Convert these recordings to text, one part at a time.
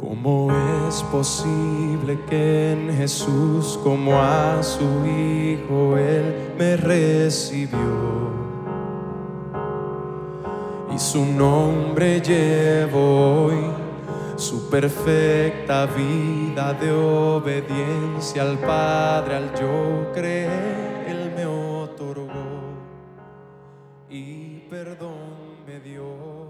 ¿Cómo es posible que en Jesús, como a su Hijo, Él me recibió? Y su nombre llevo hoy, su perfecta vida de obediencia al Padre, al yo creer, Él me otorgó y perdón me dio.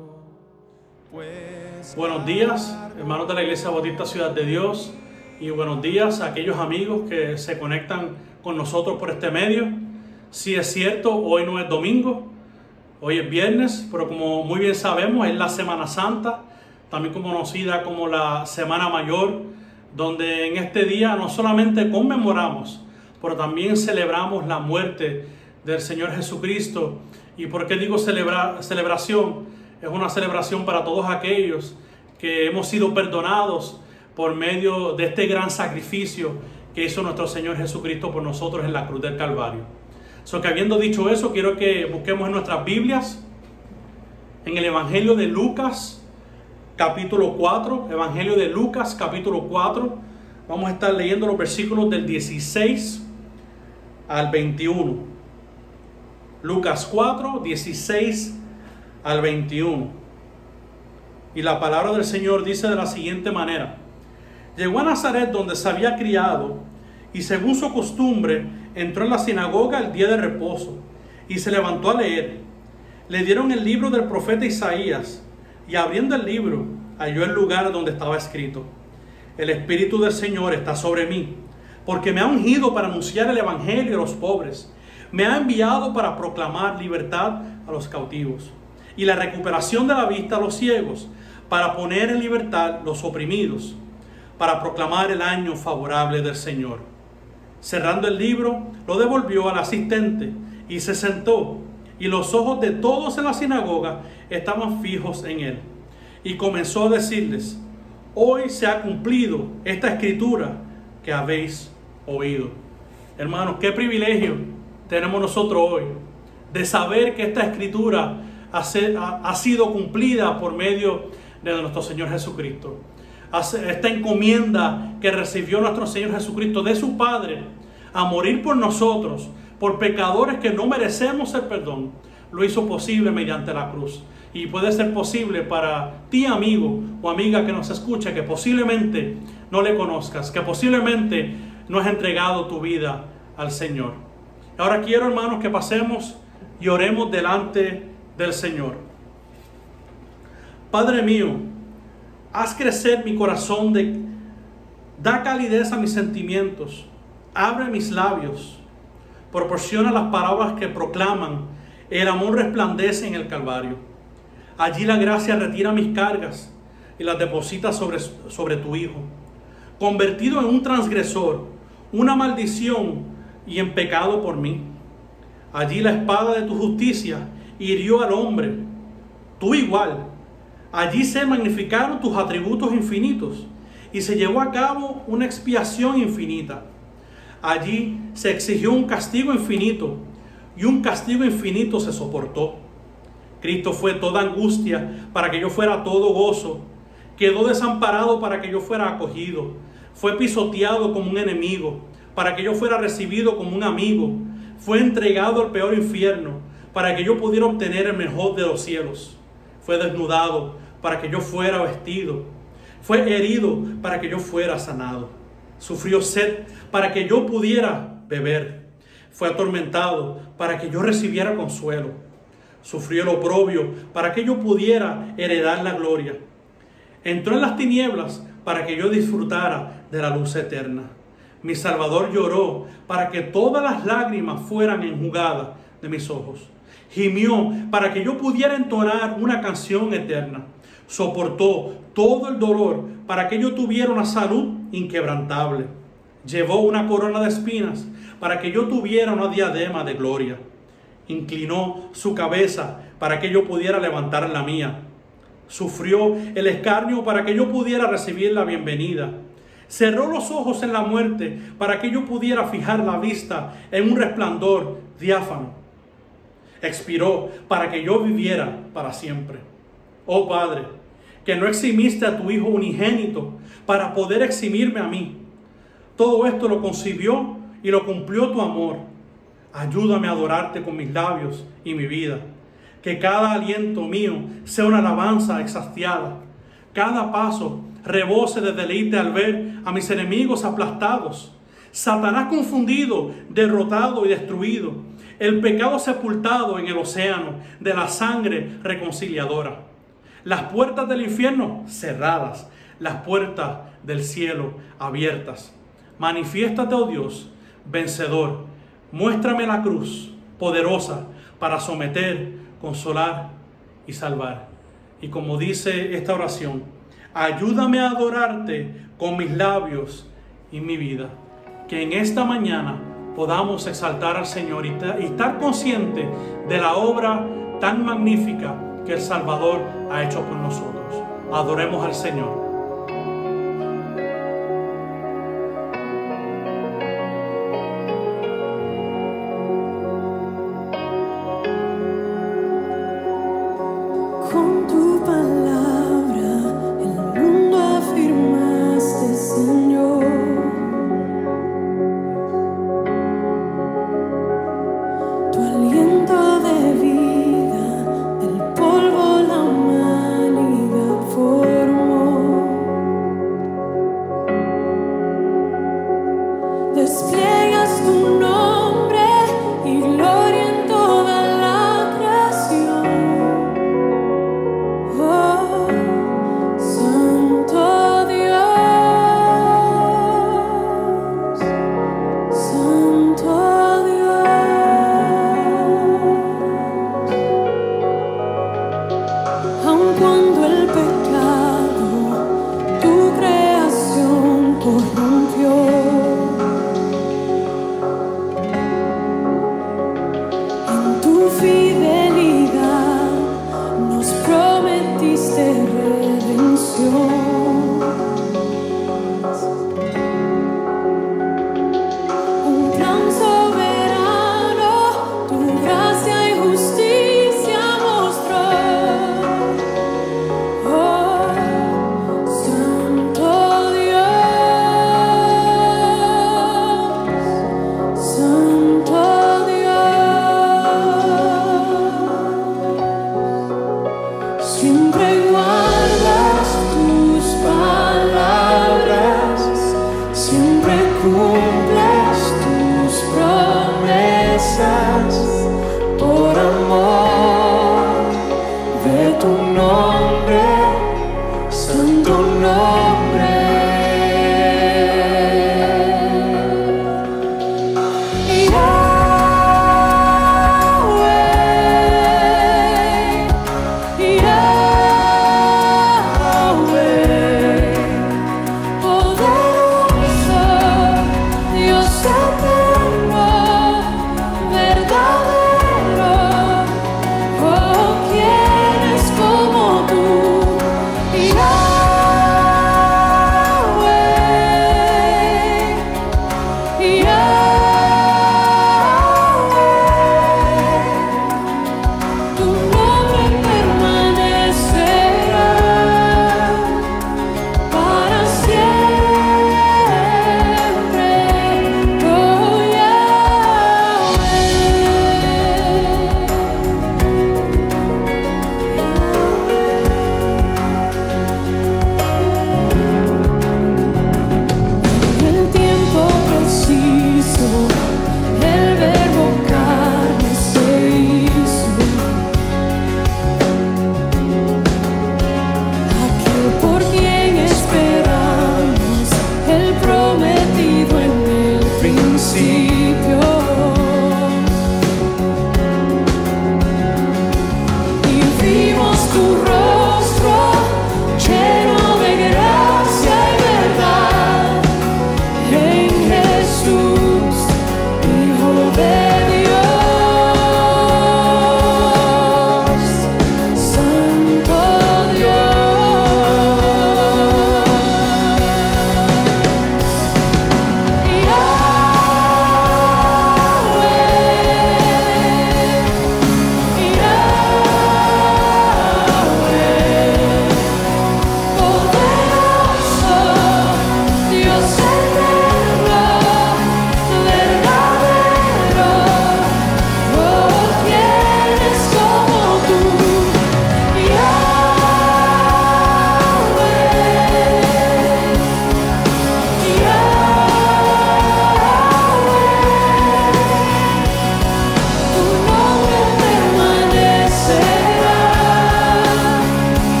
Pues buenos días, hermanos de la Iglesia Bautista Ciudad de Dios, y buenos días a aquellos amigos que se conectan con nosotros por este medio. Si es cierto, hoy no es domingo, hoy es viernes, pero como muy bien sabemos, es la Semana Santa, también conocida como la Semana Mayor, donde en este día no solamente conmemoramos, pero también celebramos la muerte del Señor Jesucristo. ¿Y por qué digo celebración? Es una celebración para todos aquellos que hemos sido perdonados por medio de este gran sacrificio que hizo nuestro Señor Jesucristo por nosotros en la cruz del Calvario. Que habiendo dicho eso, quiero que busquemos en nuestras Biblias, en el Evangelio de Lucas, capítulo 4, Evangelio de Lucas, capítulo 4. Vamos a estar leyendo los versículos del 16 al 21. Lucas 4, 16 al 21. Y la palabra del Señor dice de la siguiente manera: llegó a Nazaret, donde se había criado, y según su costumbre entró en la sinagoga el día de reposo y se levantó a leer. Le dieron el libro del profeta Isaías, y abriendo el libro halló el lugar donde estaba escrito: el Espíritu del Señor está sobre mí, porque me ha ungido para anunciar el evangelio a los pobres, me ha enviado para proclamar libertad a los cautivos y la recuperación de la vista a los ciegos, para poner en libertad los oprimidos, para proclamar el año favorable del Señor. Cerrando el libro, lo devolvió al asistente y se sentó, y los ojos de todos en la sinagoga estaban fijos en él. Y comenzó a decirles: hoy se ha cumplido esta escritura que habéis oído. Hermanos, qué privilegio tenemos nosotros hoy de saber que esta escritura ha sido cumplida por medio de nuestro Señor Jesucristo. Esta encomienda que recibió nuestro Señor Jesucristo de su Padre a morir por nosotros, por pecadores que no merecemos el perdón, lo hizo posible mediante la cruz. Y puede ser posible para ti, amigo o amiga que nos escucha, que posiblemente no le conozcas, que posiblemente no has entregado tu vida al Señor. Ahora quiero, hermanos, que pasemos y oremos delante del Señor. Padre mío, haz crecer mi corazón, da calidez a mis sentimientos, abre mis labios, proporciona las palabras que proclaman: el amor resplandece en el Calvario. Allí la gracia retira mis cargas y las deposita sobre tu Hijo, convertido en un transgresor, una maldición y en pecado por mí. Allí la espada de tu justicia hirió al hombre, tú igual. Allí se magnificaron tus atributos infinitos y se llevó a cabo una expiación infinita. Allí se exigió un castigo infinito y un castigo infinito se soportó. Cristo fue toda angustia para que yo fuera todo gozo. Quedó desamparado para que yo fuera acogido. Fue pisoteado como un enemigo para que yo fuera recibido como un amigo. Fue entregado al peor infierno para que yo pudiera obtener el mejor de los cielos. Fue desnudado para que yo fuera vestido. Fue herido para que yo fuera sanado. Sufrió sed para que yo pudiera beber. Fue atormentado para que yo recibiera consuelo. Sufrió el oprobio para que yo pudiera heredar la gloria. Entró en las tinieblas para que yo disfrutara de la luz eterna. Mi Salvador lloró para que todas las lágrimas fueran enjugadas de mis ojos. Gimió para que yo pudiera entonar una canción eterna. Soportó todo el dolor para que yo tuviera una salud inquebrantable. Llevó una corona de espinas para que yo tuviera una diadema de gloria. Inclinó su cabeza para que yo pudiera levantar la mía. Sufrió el escarnio para que yo pudiera recibir la bienvenida. Cerró los ojos en la muerte para que yo pudiera fijar la vista en un resplandor diáfano. Expiró para que yo viviera para siempre. Oh Padre, que no eximiste a tu Hijo unigénito para poder eximirme a mí. Todo esto lo concibió y lo cumplió tu amor. Ayúdame a adorarte con mis labios y mi vida. Que cada aliento mío sea una alabanza exhastiada. Cada paso rebose de deleite al ver a mis enemigos aplastados. Satanás confundido, derrotado y destruido. El pecado sepultado en el océano de la sangre reconciliadora. Las puertas del infierno cerradas. Las puertas del cielo abiertas. Manifiéstate, oh Dios, vencedor. Muéstrame la cruz poderosa para someter, consolar y salvar. Y como dice esta oración, ayúdame a adorarte con mis labios y mi vida. Que en esta mañana podamos exaltar al Señor y estar consciente de la obra tan magnífica que el Salvador ha hecho por nosotros. Adoremos al Señor. Con tu palabra el mundo afirmaste, Señor. Tu aliento de vida del polvo la humanidad formó.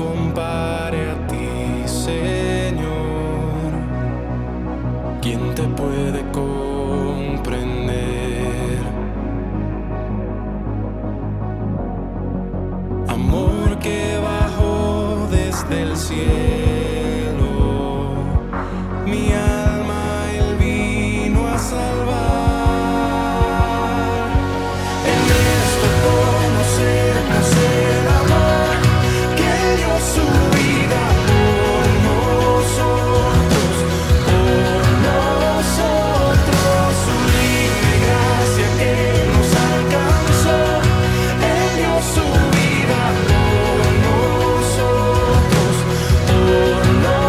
compare a ti, Señor? ¿Quién te puede comprender? Amor que bajó desde el cielo, mi alma Él vino a salvar. En esto conocemos el amor que dio su vida por nosotros, su libre gracia que nos alcanzó. Él dio su vida por nosotros, por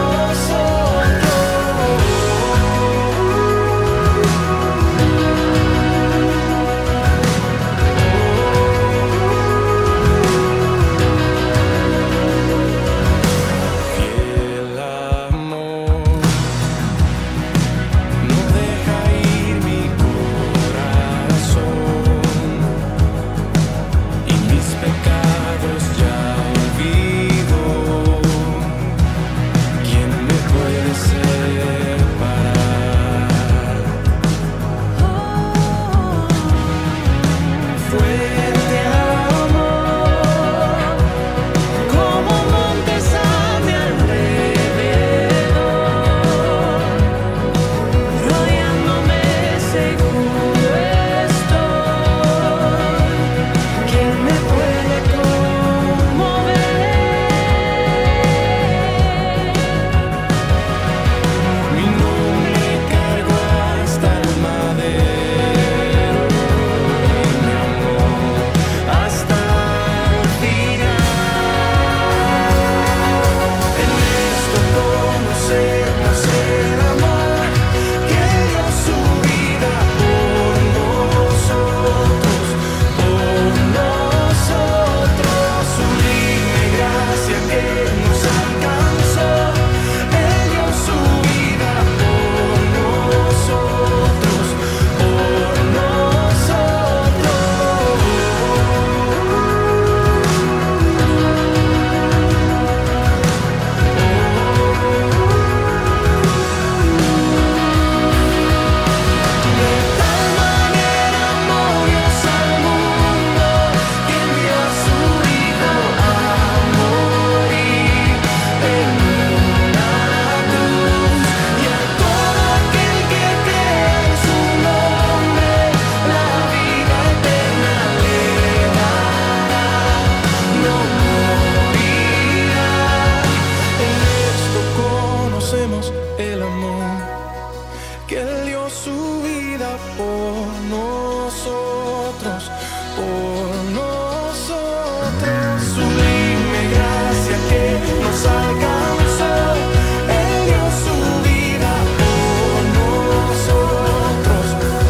fiel amor, no deja ir mi corazón, y mis pecados ya olvido. ¿Quién me puede separar? Fuerte amor, como montes a mi alrededor, rodeándome seguro estoy. ¿Quién me puede conmover? Mi nombre cargó hasta el madero, y me amó hasta el final. En esto conocemos el amor que dio su vida por nosotros, su libre gracia que nos alcanzó. Él dio su vida por nosotros, por De tal manera amó Dios al mundo, que envió a su Hijo a morir en una cruz, y a todo aquel que cree en su nombre, la vida eterna le dará, no morirá. En esto conocemos el amor que Él dio su vida por nosotros, su libre gracia que nos alcanzó. Él dio su vida por nosotros,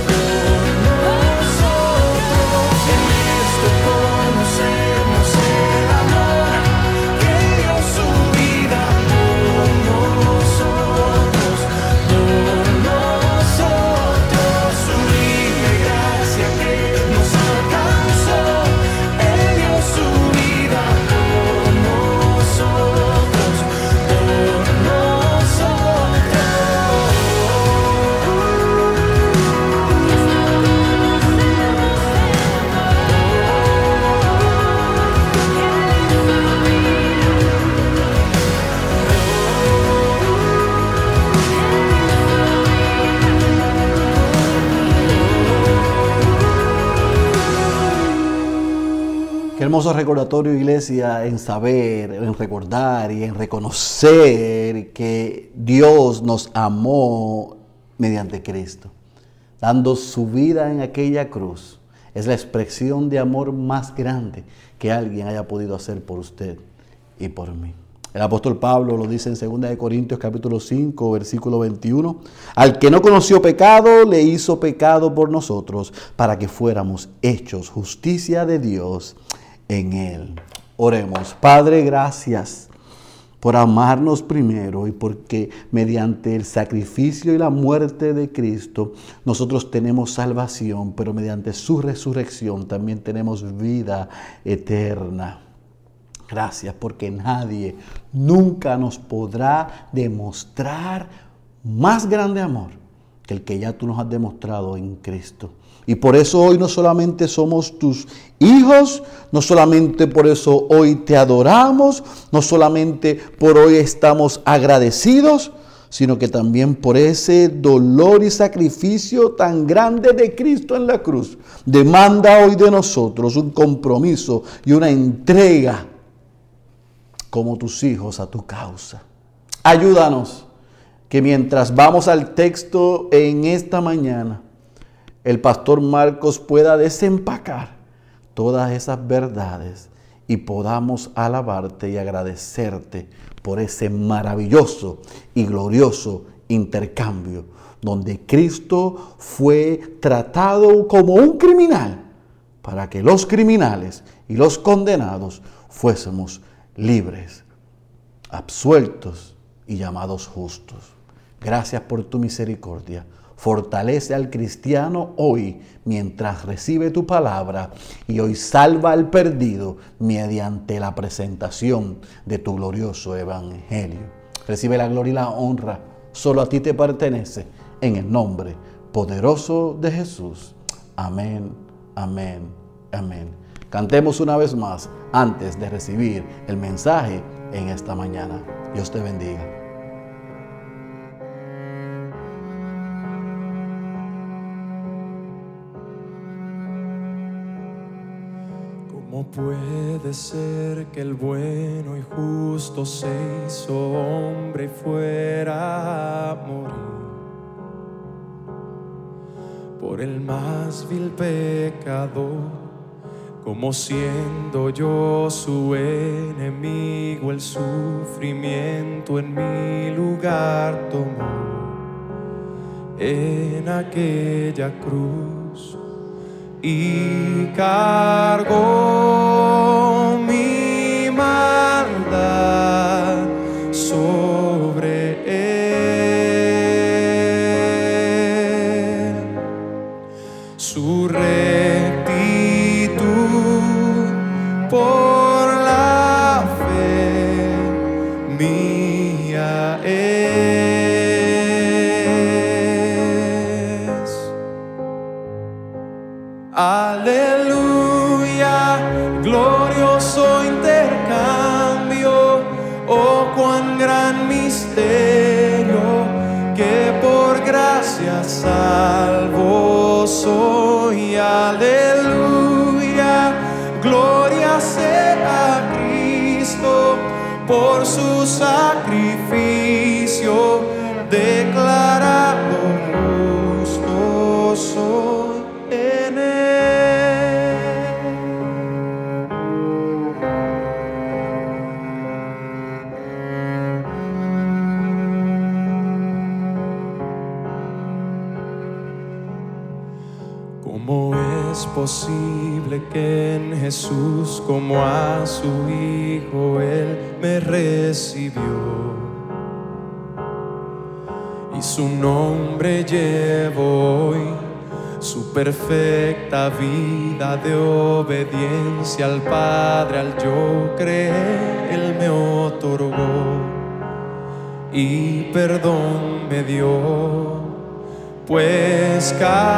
En esto conocemos el amor que dio su vida por nosotros, su libre gracia que nos alcanzó. Él dio su vida por nosotros, Qué hermoso recordatorio, iglesia, en saber, en recordar y en reconocer que Dios nos amó mediante Cristo, dando su vida en aquella cruz. Es la expresión de amor más grande que alguien haya podido hacer por usted y por mí. El apóstol Pablo lo dice en 2 Corintios capítulo 5, versículo 21. Al que no conoció pecado, le hizo pecado por nosotros, para que fuéramos hechos justicia de Dios en él. Oremos. Padre, gracias por amarnos primero y porque mediante el sacrificio y la muerte de Cristo nosotros tenemos salvación, pero mediante su resurrección también tenemos vida eterna. Gracias porque nadie nunca nos podrá demostrar más grande amor que el que ya tú nos has demostrado en Cristo. Y por eso hoy no solamente somos tus hijos, no solamente por eso hoy te adoramos, no solamente por hoy estamos agradecidos, sino que también por ese dolor y sacrificio tan grande de Cristo en la cruz. Demanda hoy de nosotros un compromiso y una entrega como tus hijos a tu causa. Ayúdanos que mientras vamos al texto en esta mañana, el pastor Marcos pueda desempacar todas esas verdades y podamos alabarte y agradecerte por ese maravilloso y glorioso intercambio donde Cristo fue tratado como un criminal para que los criminales y los condenados fuésemos libres, absueltos y llamados justos. Gracias por tu misericordia. Fortalece al cristiano hoy mientras recibe tu palabra y hoy salva al perdido mediante la presentación de tu glorioso evangelio. Recibe la gloria y la honra, solo a ti te pertenece, en el nombre poderoso de Jesús. Amén, amén, amén. Cantemos una vez más antes de recibir el mensaje en esta mañana. Dios te bendiga. ¿Cómo puede ser que el bueno y justo se hizo hombre y fuera a morir por el más vil pecador? Como siendo yo su enemigo, el sufrimiento en mi lugar tomó en aquella cruz y cargó mi maldad sobre él. Su por la fe mía es. Aleluya, glorioso intercambio, oh cuán gran misterio, que por gracia salvo soy. Aleluya, gloria sea a Cristo por su sacrificio, declarado justo soy en él. ¿Cómo es posible que en Jesús, como a su Hijo, Él me recibió? Y su nombre llevo hoy, su perfecta vida de obediencia al Padre, al yo creer, Él me otorgó y perdón me dio, pues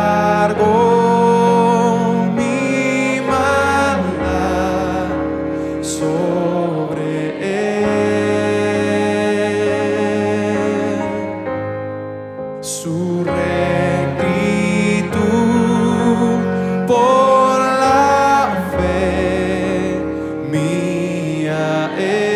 cargó mi maldad sobre él. Su rectitud por la fe mía es.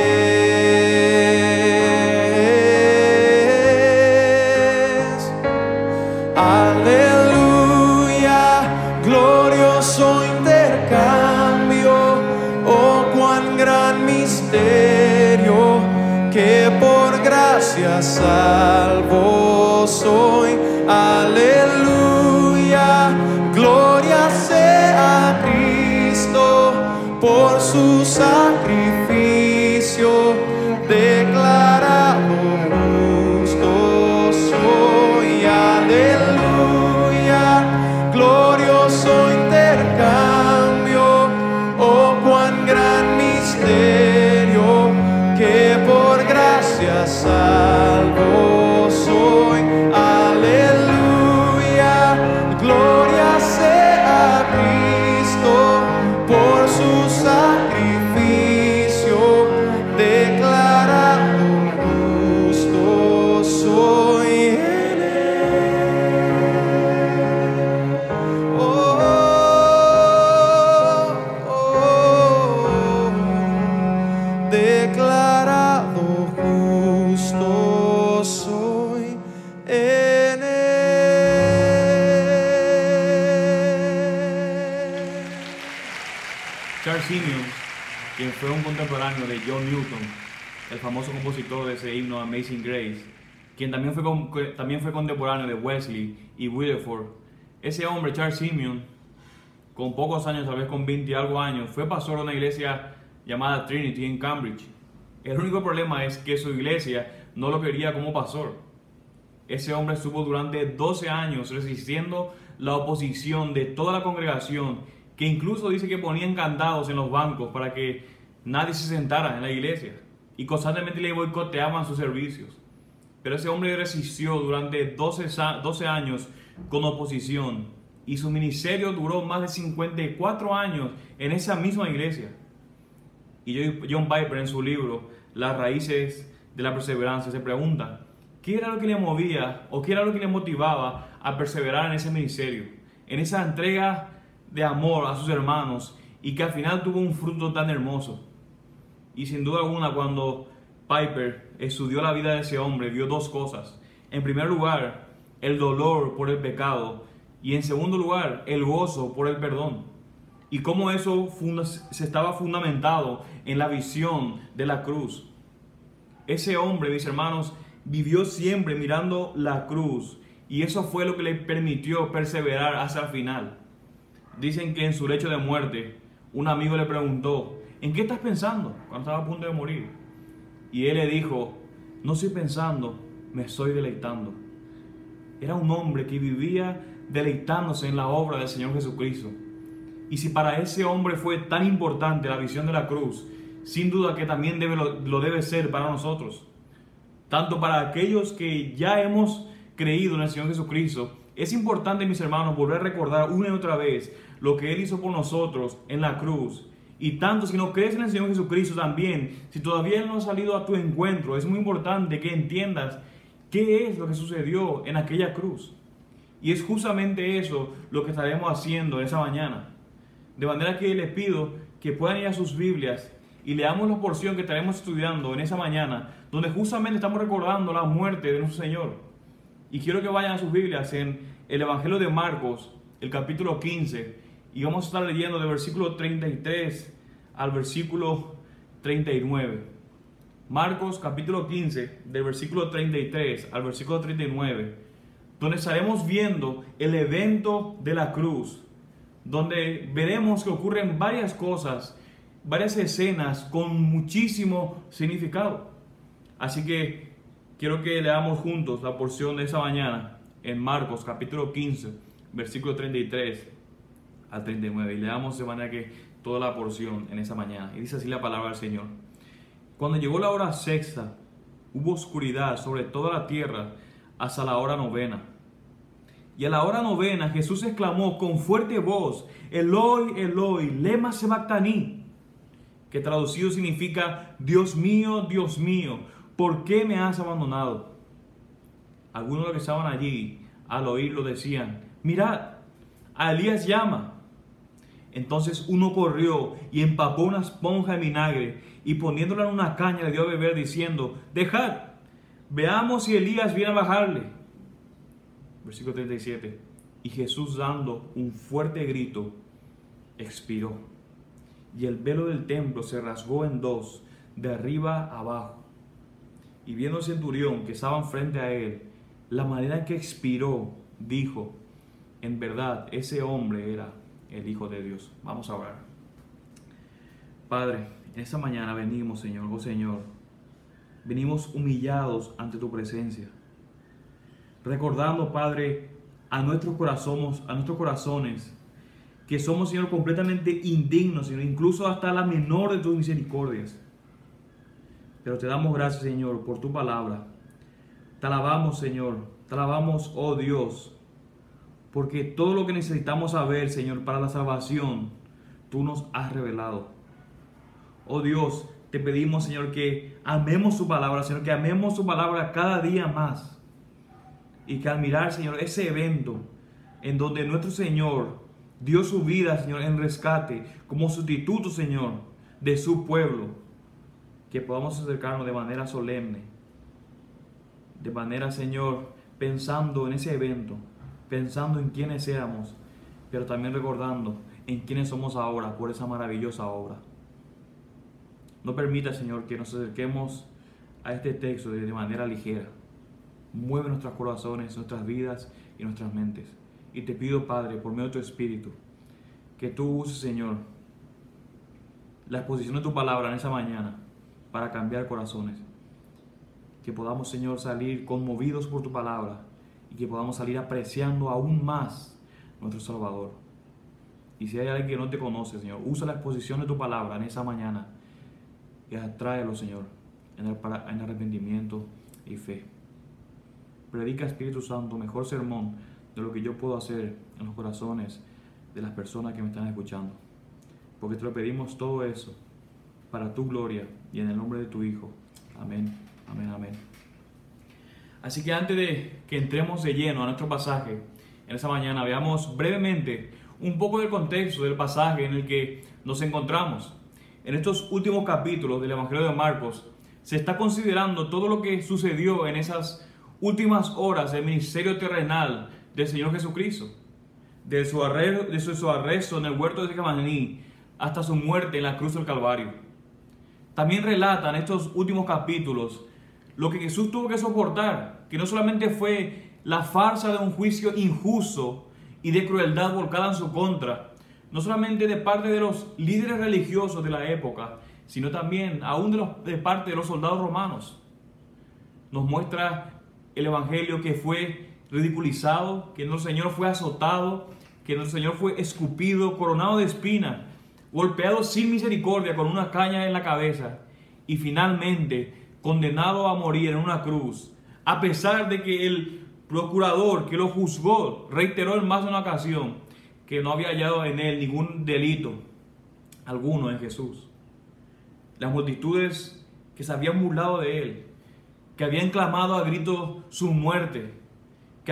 Aleluya, glorioso intercambio, oh cuán gran misterio, que por gracia salvo soy. Aleluya, gloria sea a Cristo por su sacrificio, declarado justo soy. Aleluya, glorioso intercambio, oh cuán gran misterio, gracia salvo soy. Aleluya, gloria sea a Cristo por su sacrificio, declarado justo soy en él. Oh, declarado justo soy en él. Charles Simeon, quien fue un contemporáneo de John Newton, el famoso compositor de ese himno Amazing Grace, quien también fue contemporáneo de Wesley y Wilberforce. Ese hombre, Charles Simeon, con pocos años, tal vez con 20 y algo años, fue pastor de una iglesia llamada Trinity en Cambridge. El único problema es que su iglesia no lo quería como pastor. Ese hombre estuvo durante 12 años resistiendo la oposición de toda la congregación, que incluso dice que ponían candados en los bancos para que nadie se sentara en la iglesia y constantemente le boicoteaban sus servicios. Pero ese hombre resistió durante 12 años con oposición, y su ministerio duró más de 54 años en esa misma iglesia. Y John Piper, en su libro Las raíces de la perseverancia, se pregunta qué era lo que le movía o qué era lo que le motivaba a perseverar en ese ministerio, en esa entrega de amor a sus hermanos, y que al final tuvo un fruto tan hermoso. Y sin duda alguna, cuando Piper estudió la vida de ese hombre, vio dos cosas. En primer lugar, el dolor por el pecado, y en segundo lugar, el gozo por el perdón. Y cómo eso se estaba fundamentado en la visión de la cruz. Ese hombre, mis hermanos, vivió siempre mirando la cruz, y eso fue lo que le permitió perseverar hasta el final. Dicen que en su lecho de muerte, un amigo le preguntó: ¿en qué estás pensando cuando estaba a punto de morir? Y él le dijo: no estoy pensando, me estoy deleitando. Era un hombre que vivía deleitándose en la obra del Señor Jesucristo. Y si para ese hombre fue tan importante la visión de la cruz, sin duda que también lo debe ser para nosotros. Tanto para aquellos que ya hemos creído en el Señor Jesucristo, es importante, mis hermanos, volver a recordar una y otra vez lo que Él hizo por nosotros en la cruz. Y tanto si no crees en el Señor Jesucristo también, si todavía Él no ha salido a tu encuentro, es muy importante que entiendas qué es lo que sucedió en aquella cruz. Y es justamente eso lo que estaremos haciendo esa mañana. De manera que les pido que puedan ir a sus Biblias y leamos la porción que estaremos estudiando en esa mañana, donde justamente estamos recordando la muerte de nuestro Señor. Y quiero que vayan a sus Biblias en el Evangelio de Marcos, el capítulo 15, y vamos a estar leyendo del versículo 33 al versículo 39. Marcos capítulo 15, del versículo 33 al versículo 39, donde estaremos viendo el evento de la cruz, donde veremos que ocurren varias cosas, varias escenas con muchísimo significado. Así que quiero que leamos juntos la porción de esa mañana en Marcos capítulo 15, versículo 33 al 39. Y leamos de manera que toda la porción en esa mañana. Y dice así la palabra del Señor. Cuando llegó la hora sexta, hubo oscuridad sobre toda la tierra hasta la hora novena. Y a la hora novena Jesús exclamó con fuerte voz: Eloi, Eloi, lema sabactani, que traducido significa: Dios mío, ¿por qué me has abandonado? Algunos de los que estaban allí al oírlo decían: mirad, a Elías llama. Entonces uno corrió y empapó una esponja de vinagre y poniéndola en una caña le dio a beber, diciendo: dejad, veamos si Elías viene a bajarle. Versículo 37. Y Jesús, dando un fuerte grito, expiró. Y el velo del templo se rasgó en dos, de arriba a abajo. Y viendo el centurión que estaban frente a él, la manera en que expiró, dijo: en verdad, ese hombre era el Hijo de Dios. Vamos a orar. Padre, en esta mañana venimos, Señor, oh Señor, venimos humillados ante tu presencia, recordando, Padre, a nuestros corazones, que somos, Señor, completamente indignos, Señor, incluso hasta la menor de tus misericordias. Pero te damos gracias, Señor, por tu palabra. Te alabamos, Señor. Te alabamos, oh Dios, porque todo lo que necesitamos saber, Señor, para la salvación, tú nos has revelado. Oh Dios, te pedimos, Señor, que amemos tu palabra, Señor, que amemos tu palabra cada día más. Y que al mirar, Señor, ese evento en donde nuestro Señor dio su vida, Señor, en rescate, como sustituto, Señor, de su pueblo, que podamos acercarnos de manera solemne, de manera, Señor, pensando en ese evento, pensando en quiénes éramos, pero también recordando en quiénes somos ahora por esa maravillosa obra. No permita, Señor, que nos acerquemos a este texto de manera ligera. Mueve nuestros corazones, nuestras vidas y nuestras mentes. Y te pido, Padre, por medio de tu Espíritu, que tú uses, Señor, la exposición de tu palabra en esa mañana para cambiar corazones. Que podamos, Señor, salir conmovidos por tu palabra y que podamos salir apreciando aún más nuestro Salvador. Y si hay alguien que no te conoce, Señor, usa la exposición de tu palabra en esa mañana y atráelo, Señor, en arrepentimiento y fe. Predica, Espíritu Santo, mejor sermón de lo que yo puedo hacer en los corazones de las personas que me están escuchando. Porque te lo pedimos todo eso para tu gloria y en el nombre de tu Hijo. Amén, amén, amén. Así que antes de que entremos de lleno a nuestro pasaje en esta mañana, veamos brevemente un poco del contexto del pasaje en el que nos encontramos. En estos últimos capítulos del Evangelio de Marcos se está considerando todo lo que sucedió en esas últimas horas del ministerio terrenal del Señor Jesucristo, de su arresto en el huerto de Getsemaní hasta su muerte en la cruz del Calvario. También relatan estos últimos capítulos lo que Jesús tuvo que soportar, que no solamente fue la farsa de un juicio injusto y de crueldad volcada en su contra, no solamente de parte de los líderes religiosos de la época, sino también aún de parte de los soldados romanos. Nos muestra el Evangelio que fue ridiculizado, que nuestro Señor fue azotado, que nuestro Señor fue escupido, coronado de espinas, golpeado sin misericordia con una caña en la cabeza y finalmente condenado a morir en una cruz, a pesar de que el procurador que lo juzgó reiteró en más de una ocasión que no había hallado en él ningún delito alguno en Jesús. Las multitudes que se habían burlado de él, que habían clamado a gritos su muerte, que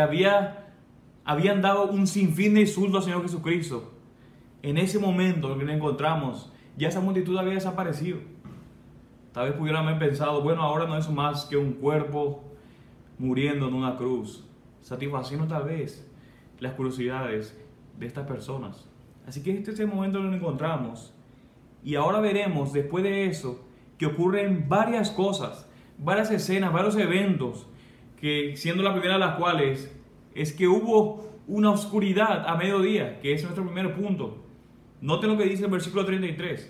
habían dado un sinfín de insultos al Señor Jesucristo, en ese momento en que nos encontramos, ya esa multitud había desaparecido. Tal vez pudieran haber pensado, bueno, ahora no es más que un cuerpo muriendo en una cruz, satisfaciendo tal vez las curiosidades de estas personas. Así que este es el momento en que nos encontramos. Y ahora veremos, después de eso, que ocurren varias cosas, varias escenas, varios eventos, que siendo la primera de las cuales es que hubo una oscuridad a mediodía, que es nuestro primer punto. Noten lo que dice el versículo 33,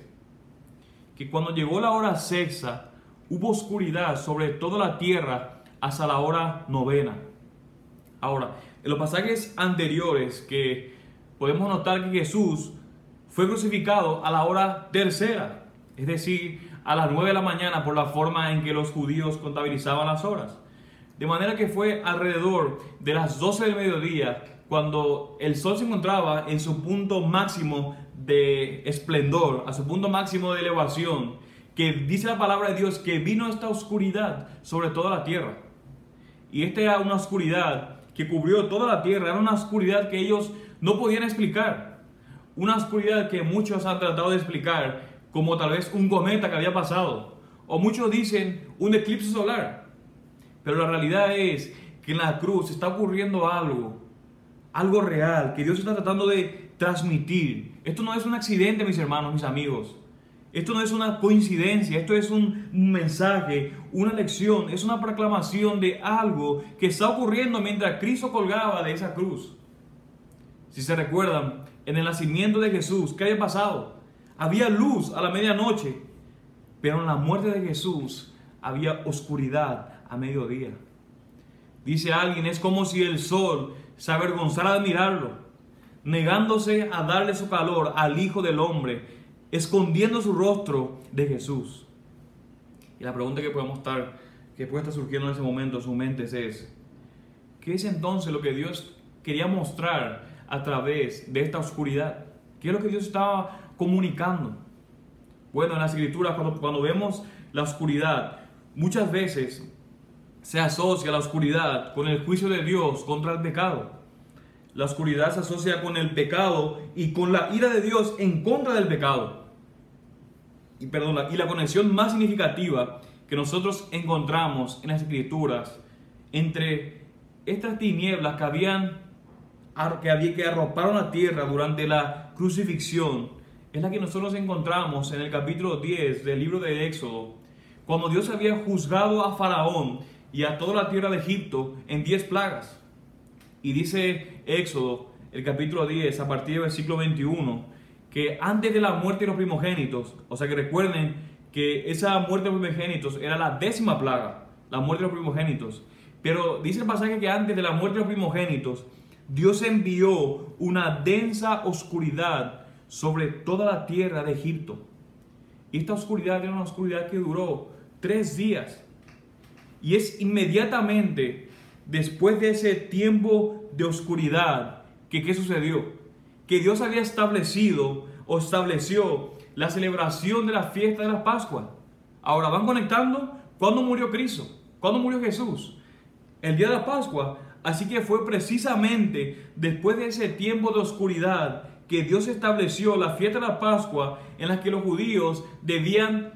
que cuando llegó la hora sexta, hubo oscuridad sobre toda la tierra hasta la hora novena. Ahora, en los pasajes anteriores que podemos notar que Jesús fue crucificado a la hora tercera, es decir, a las 9 de la mañana por la forma en que los judíos contabilizaban las horas. De manera que fue alrededor de las 12 del mediodía cuando el sol se encontraba en su punto máximo de esplendor, a su punto máximo de elevación, que dice la palabra de Dios que vino esta oscuridad sobre toda la tierra. Y esta era una oscuridad que cubrió toda la tierra, era una oscuridad que ellos no podían explicar. Una oscuridad que muchos han tratado de explicar como tal vez un cometa que había pasado, o muchos dicen un eclipse solar. Pero la realidad es que en la cruz está ocurriendo algo real, que Dios está tratando de transmitir. Esto no es un accidente, mis hermanos, mis amigos. Esto no es una coincidencia, esto es un mensaje, una lección, es una proclamación de algo que está ocurriendo mientras Cristo colgaba de esa cruz. Si se recuerdan, en el nacimiento de Jesús, ¿qué había pasado? Había luz a la medianoche, pero en la muerte de Jesús había oscuridad a mediodía. Dice alguien, es como si el sol se avergonzara de mirarlo, negándose a darle su calor al Hijo del Hombre, escondiendo su rostro de Jesús. Y la pregunta que puede estar surgiendo en ese momento en sus mentes es, ¿qué es entonces lo que Dios quería mostrar a través de esta oscuridad? ¿Qué es lo que Dios estaba comunicando? Bueno, en las Escrituras, cuando vemos la oscuridad, muchas veces se asocia la oscuridad con el juicio de Dios contra el pecado. La oscuridad se asocia con el pecado y con la ira de Dios en contra del pecado. Y la conexión más significativa que nosotros encontramos en las Escrituras entre estas tinieblas que arroparon la tierra durante la crucifixión es la que nosotros encontramos en el capítulo 10 del libro de Éxodo, cuando Dios había juzgado a Faraón y a toda la tierra de Egipto en 10 plagas. Y dice Éxodo, el capítulo 10, a partir del versículo 21, que antes de la muerte de los primogénitos, o sea que recuerden que esa muerte de los primogénitos era la 10ª plaga, la muerte de los primogénitos. Pero dice el pasaje que antes de la muerte de los primogénitos, Dios envió una densa oscuridad sobre toda la tierra de Egipto. Y esta oscuridad era una oscuridad que duró 3 días. Y es inmediatamente después de ese tiempo de oscuridad que ¿qué sucedió? Que Dios había estableció la celebración de la fiesta de la Pascua. Ahora van conectando cuándo murió Cristo, cuándo murió Jesús, el día de la Pascua. Así que fue precisamente después de ese tiempo de oscuridad que Dios estableció la fiesta de la Pascua, en la que los judíos debían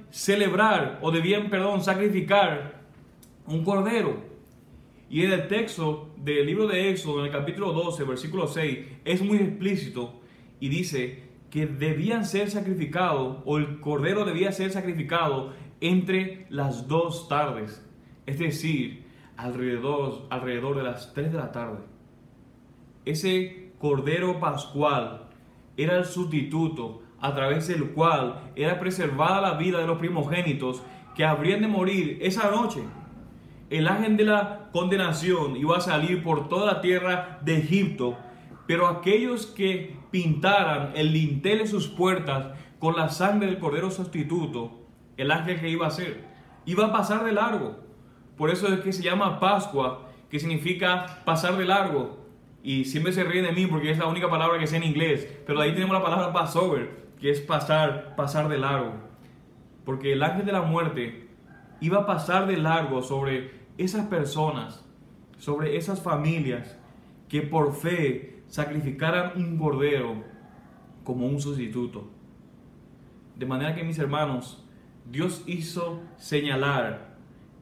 sacrificar un cordero. Y en el texto del libro de Éxodo, en el capítulo 12, versículo 6, es muy explícito y dice que debían ser sacrificados, o el cordero debía ser sacrificado entre las 2 tardes, es decir, alrededor de las 3 de la tarde. Ese cordero pascual era el sustituto a través del cual era preservada la vida de los primogénitos que habrían de morir esa noche. El ángel de la condenación iba a salir por toda la tierra de Egipto, pero aquellos que pintaran el dintel de sus puertas con la sangre del cordero sustituto, el ángel que iba a hacer, iba a pasar de largo. Por eso es que se llama Pascua, que significa pasar de largo. Y siempre se ríen de mí porque es la única palabra que sé en inglés, pero ahí tenemos la palabra Passover, que es pasar de largo. Porque el ángel de la muerte iba a pasar de largo sobre esas personas, sobre esas familias que por fe sacrificaran un cordero como un sustituto. De manera que, mis hermanos, Dios quiso señalar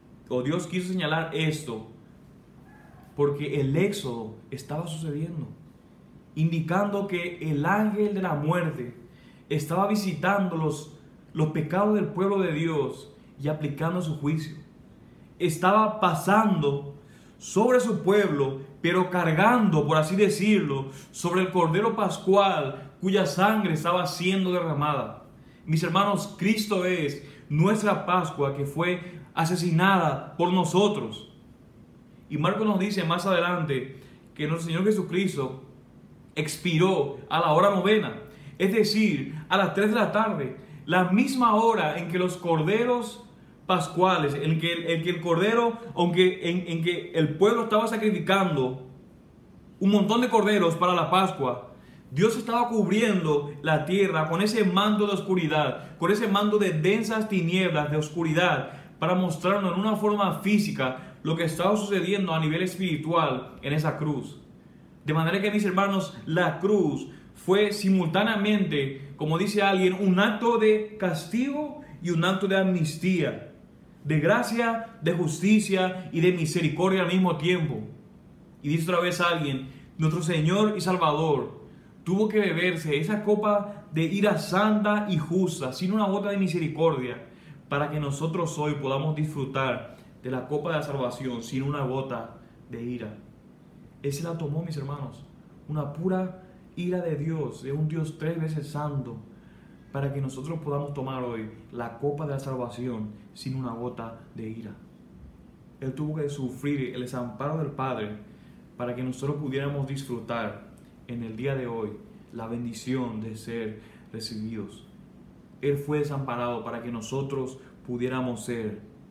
esto porque el éxodo estaba sucediendo, indicando que el ángel de la muerte estaba visitando los pecados del pueblo de Dios y aplicando su juicio. Estaba pasando sobre su pueblo, pero cargando, por así decirlo, sobre el cordero pascual cuya sangre estaba siendo derramada. Mis hermanos, Cristo es nuestra Pascua que fue asesinada por nosotros. Y Marcos nos dice más adelante que nuestro Señor Jesucristo expiró a la hora 9, es decir, a las 3 de la tarde, la misma hora en que los corderos pascuales, en que el cordero, en que el pueblo estaba sacrificando un montón de corderos para la Pascua. Dios estaba cubriendo la tierra con ese manto de oscuridad, con ese manto de densas tinieblas de oscuridad, para mostrarnos en una forma física lo que estaba sucediendo a nivel espiritual en esa cruz. De manera que, mis hermanos, la cruz fue simultáneamente, como dice alguien, un acto de castigo y un acto de amnistía, de gracia, de justicia y de misericordia al mismo tiempo. Y dice otra vez alguien, nuestro Señor y Salvador tuvo que beberse esa copa de ira santa y justa, sin una gota de misericordia, para que nosotros hoy podamos disfrutar de la copa de la salvación sin una gota de ira. Él se la tomó, mis hermanos, una pura ira de Dios, de un Dios 3 veces santo, para que nosotros podamos tomar hoy la copa de la salvación sin una gota de ira. Él tuvo que sufrir el desamparo del Padre para que nosotros pudiéramos disfrutar en el día de hoy la bendición de ser recibidos. Él fue desamparado para que nosotros pudiéramos ser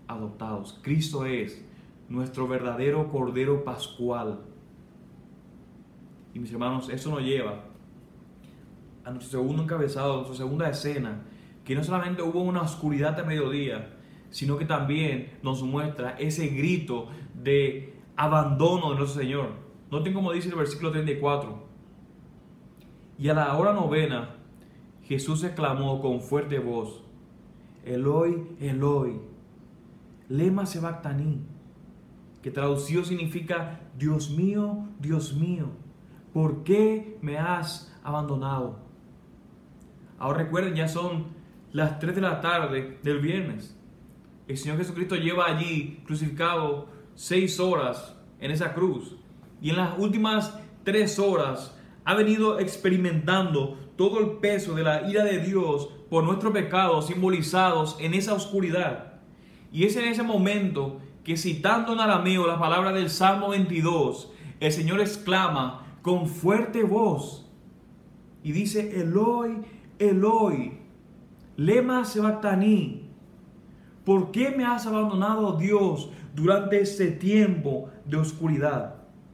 adoptados. Cristo es nuestro verdadero Cordero Pascual. Y mis hermanos, eso nos lleva a nuestro segundo encabezado, a nuestra segunda escena, que no solamente hubo una oscuridad a mediodía, sino que también nos muestra ese grito de abandono de nuestro Señor. Noten como dice el versículo 34. Y a la hora novena, Jesús exclamó con fuerte voz: Eloi, Eloi, lema sabactani, que traducido significa: Dios mío, ¿por qué me has abandonado? Ahora recuerden, ya son las 3 de la tarde del viernes. El Señor Jesucristo lleva allí crucificado 6 horas en esa cruz. Y en las últimas 3 horas ha venido experimentando todo el peso de la ira de Dios por nuestros pecados simbolizados en esa oscuridad. Y es en ese momento que, citando en arameo las palabras del Salmo 22, el Señor exclama con fuerte voz y dice: Eloi, Eloi, lema sabactani, ¿por qué me has abandonado, Dios, durante este tiempo de oscuridad?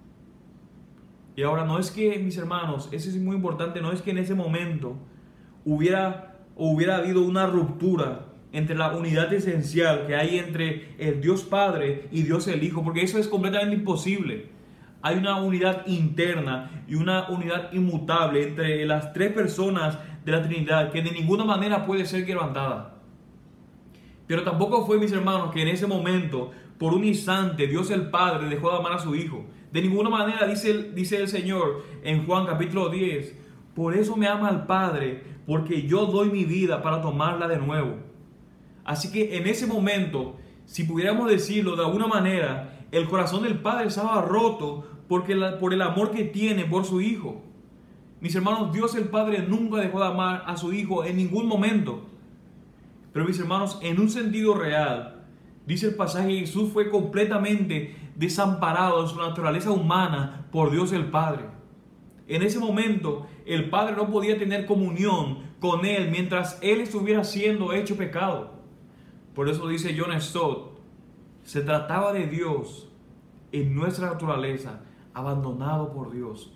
Y ahora, no es que, mis hermanos, eso es muy importante, no es que en ese momento hubiera habido una ruptura entre la unidad esencial que hay entre el Dios Padre y Dios el Hijo, porque eso es completamente imposible. Hay una unidad interna y una unidad inmutable entre las 3 personas de la Trinidad que de ninguna manera puede ser quebrantada. Pero tampoco fue, mis hermanos, que en ese momento, por un instante, Dios el Padre dejó de amar a su Hijo. De ninguna manera, dice el Señor en Juan capítulo 10, por eso me ama el Padre, porque yo doy mi vida para tomarla de nuevo. Así que en ese momento, si pudiéramos decirlo de alguna manera, el corazón del Padre estaba roto por el amor que tiene por su Hijo. Mis hermanos, Dios el Padre nunca dejó de amar a su Hijo en ningún momento. Pero, mis hermanos, en un sentido real, dice el pasaje que Jesús fue completamente desamparado en su naturaleza humana por Dios el Padre. En ese momento, el Padre no podía tener comunión con Él mientras Él estuviera siendo hecho pecado. Por eso dice John Stott, se trataba de Dios en nuestra naturaleza, abandonado por Dios.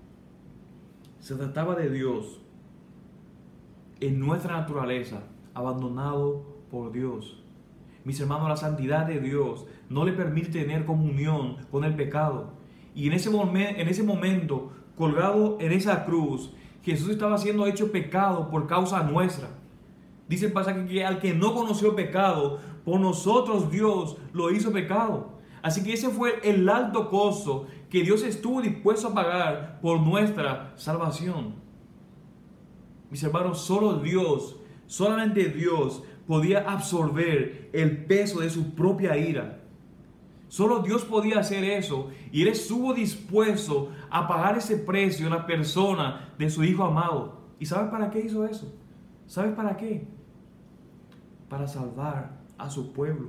Se trataba de Dios en nuestra naturaleza, abandonado por Dios. Mis hermanos, la santidad de Dios no le permite tener comunión con el pecado. Y en ese momento, colgado en esa cruz, Jesús estaba siendo hecho pecado por causa nuestra. Dice el pasaje que al que no conoció pecado, por nosotros Dios lo hizo pecado. Así que ese fue el alto costo que Dios estuvo dispuesto a pagar por nuestra salvación. Mis hermanos, solamente Dios podía absorber el peso de su propia ira. Solo Dios podía hacer eso, y Él estuvo dispuesto a pagar ese precio en la persona de su Hijo amado. ¿Y sabes para qué hizo eso? ¿Sabes para qué? Para salvar a su pueblo.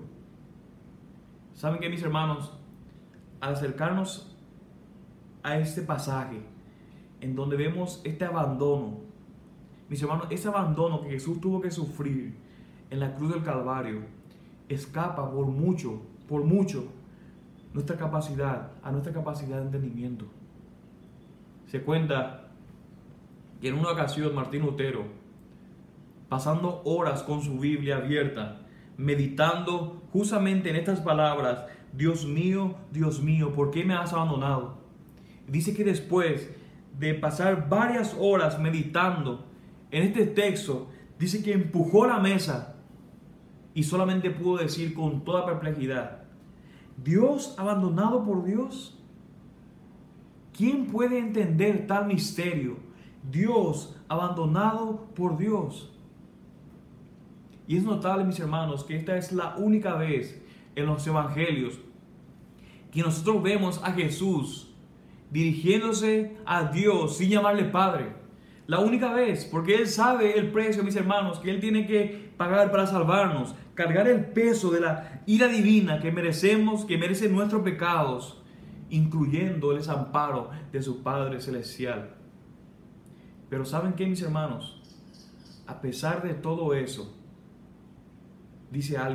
¿Saben qué, mis hermanos? Al acercarnos a este pasaje en donde vemos este abandono, mis hermanos, ese abandono que Jesús tuvo que sufrir en la cruz del Calvario escapa por mucho a nuestra capacidad de entendimiento. Se cuenta que en una ocasión Martín Lutero, pasando horas con su Biblia abierta, meditando justamente en estas palabras: Dios mío, ¿por qué me has abandonado? Dice que después de pasar varias horas meditando en este texto, dice que empujó la mesa y solamente pudo decir con toda perplejidad: ¿Dios abandonado por Dios? ¿Quién puede entender tal misterio? Dios abandonado por Dios. Y es notable, mis hermanos, que esta es la única vez en los evangelios que nosotros vemos a Jesús dirigiéndose a Dios sin llamarle Padre. La única vez, porque Él sabe el precio, mis hermanos, que Él tiene que pagar para salvarnos, cargar el peso de la ira divina que merecemos, que merecen nuestros pecados, incluyendo el desamparo de su Padre Celestial. Pero ¿saben qué, mis hermanos? A pesar de todo eso, dice alguien,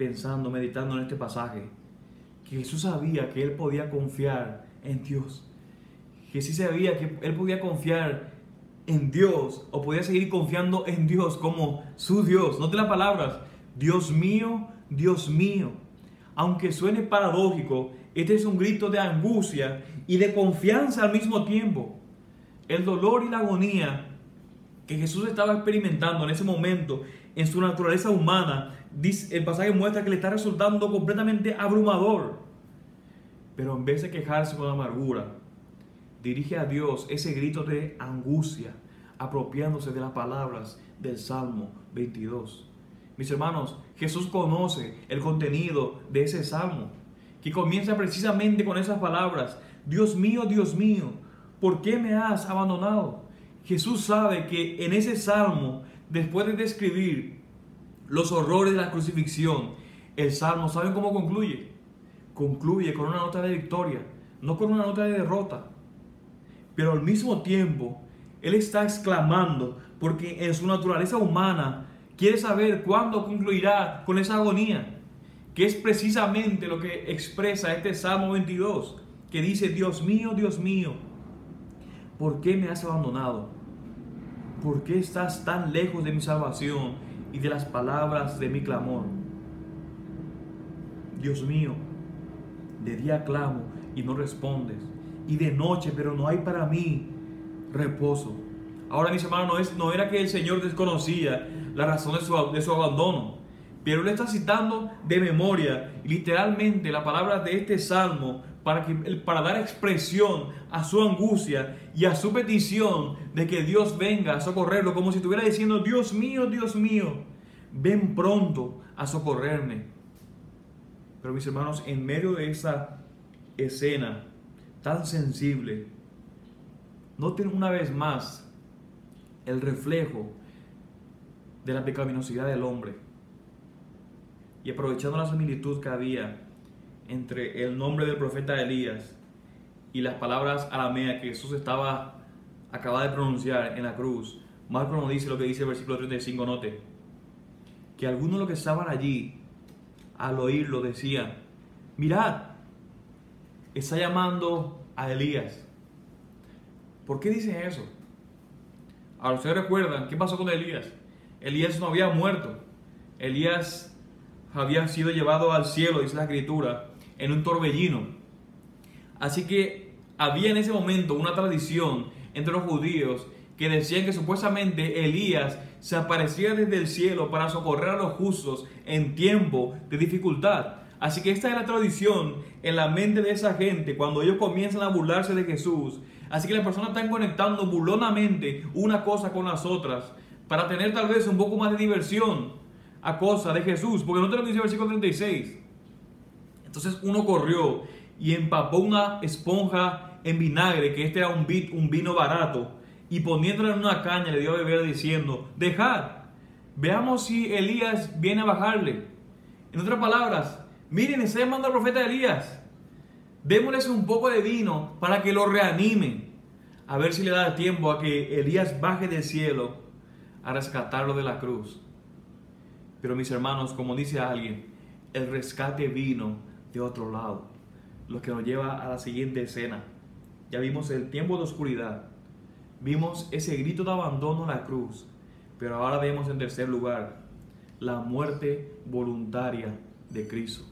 pensando, meditando en este pasaje, que Jesús sabía que él podía confiar en Dios. Jesús sabía que él podía confiar en Dios, o podía seguir confiando en Dios como su Dios. Note las palabras: Dios mío, Dios mío. Aunque suene paradójico, este es un grito de angustia y de confianza al mismo tiempo. El dolor y la agonía que Jesús estaba experimentando en ese momento en su naturaleza humana, el pasaje muestra que le está resultando completamente abrumador. Pero en vez de quejarse con amargura, dirige a Dios ese grito de angustia, apropiándose de las palabras del Salmo 22. Mis hermanos, Jesús conoce el contenido de ese salmo, que comienza precisamente con esas palabras: Dios mío, ¿por qué me has abandonado? Jesús sabe que en ese salmo, después de describir los horrores de la crucifixión, el salmo, ¿saben cómo concluye? Concluye con una nota de victoria, no con una nota de derrota. Pero al mismo tiempo, Él está exclamando porque en su naturaleza humana quiere saber cuándo concluirá con esa agonía, que es precisamente lo que expresa este Salmo 22, que dice: Dios mío, ¿por qué me has abandonado? ¿Por qué estás tan lejos de mi salvación y de las palabras de mi clamor? Dios mío, de día clamo y no respondes, y de noche, pero no hay para mí reposo. Ahora, mis hermanos, no era que el Señor desconocía la razón de su abandono, pero Él está citando de memoria literalmente las palabras de este salmo para dar expresión a su angustia y a su petición de que Dios venga a socorrerlo, como si estuviera diciendo: Dios mío, ven pronto a socorrerme. Pero, mis hermanos, en medio de esa escena tan sensible, noten una vez más el reflejo de la pecaminosidad del hombre, y aprovechando la similitud que había entre el nombre del profeta Elías y las palabras arameas que Jesús acaba de pronunciar en la cruz, Marcos nos dice lo que dice el versículo 35. Note que algunos de los que estaban allí al oírlo decían: mirad, está llamando a Elías. ¿Por qué dicen eso? Ahora, ustedes recuerdan qué pasó con Elías. Elías no había muerto. Elías había sido llevado al cielo, dice la Escritura, en un torbellino. Así que había en ese momento una tradición entre los judíos que decían que supuestamente Elías se aparecía desde el cielo para socorrer a los justos en tiempo de dificultad. Así que esta es la tradición en la mente de esa gente cuando ellos comienzan a burlarse de Jesús. Así que las personas están conectando burlonamente una cosa con las otras para tener tal vez un poco más de diversión a cosa de Jesús. Porque no te lo dice el versículo 36. Entonces uno corrió y empapó una esponja en vinagre, que este era un vino barato, y poniéndola en una caña le dio a beber, diciendo: dejad, veamos si Elías viene a bajarle. En otras palabras, miren, está llamando al profeta Elías. Démosles un poco de vino para que lo reanime, a ver si le da tiempo a que Elías baje del cielo a rescatarlo de la cruz. Pero, mis hermanos, como dice alguien, el rescate vino de otro lado, lo que nos lleva a la siguiente escena. Ya vimos el tiempo de oscuridad, vimos ese grito de abandono a la cruz, pero ahora vemos en tercer lugar la muerte voluntaria de Cristo.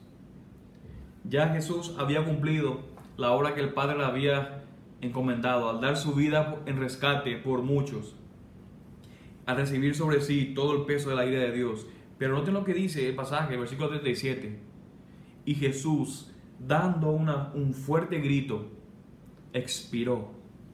Ya Jesús había cumplido la obra que el Padre le había encomendado al dar su vida en rescate por muchos, al recibir sobre sí todo el peso de la ira de Dios. Pero noten lo que dice el pasaje, el versículo 37. Y Jesús, dando un fuerte grito, expiró.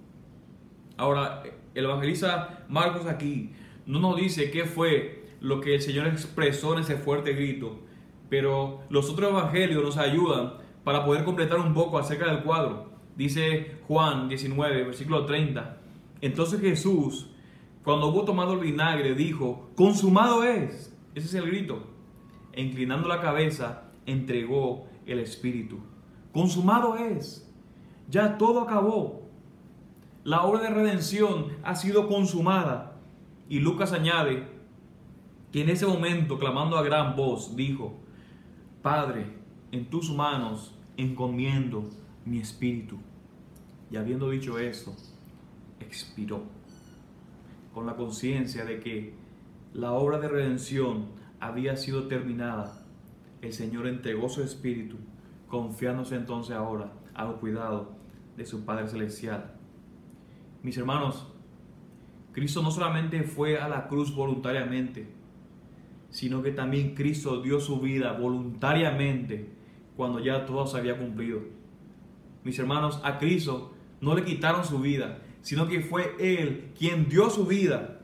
Ahora, el evangelista Marcos aquí no nos dice qué fue lo que el Señor expresó en ese fuerte grito, pero los otros evangelios nos ayudan para poder completar un poco acerca del cuadro. Dice Juan 19, versículo 30. Entonces Jesús, cuando hubo tomado el vinagre, dijo: consumado es. Ese es el grito. E inclinando la cabeza, entregó el espíritu. Consumado es. Ya todo acabó. La obra de redención ha sido consumada. Y Lucas añade que en ese momento, clamando a gran voz, dijo: Padre, en tus manos encomiendo mi espíritu. Y habiendo dicho esto, expiró, con la conciencia de que la obra de redención había sido terminada. El Señor entregó su espíritu, confiándose entonces ahora al cuidado de su Padre Celestial. Mis hermanos, Cristo no solamente fue a la cruz voluntariamente, sino que también Cristo dio su vida voluntariamente cuando ya todo se había cumplido. Mis hermanos, a Cristo no le quitaron su vida, sino que fue Él quien dio su vida.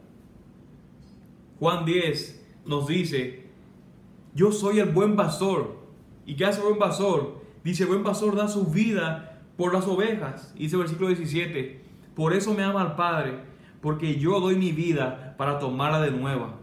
Juan 10 nos dice: yo soy el buen pastor. ¿Y qué hace el buen pastor? Dice: el buen pastor da su vida por las ovejas. Dice el versículo 17: por eso me ama el Padre, porque yo doy mi vida para tomarla de nuevo.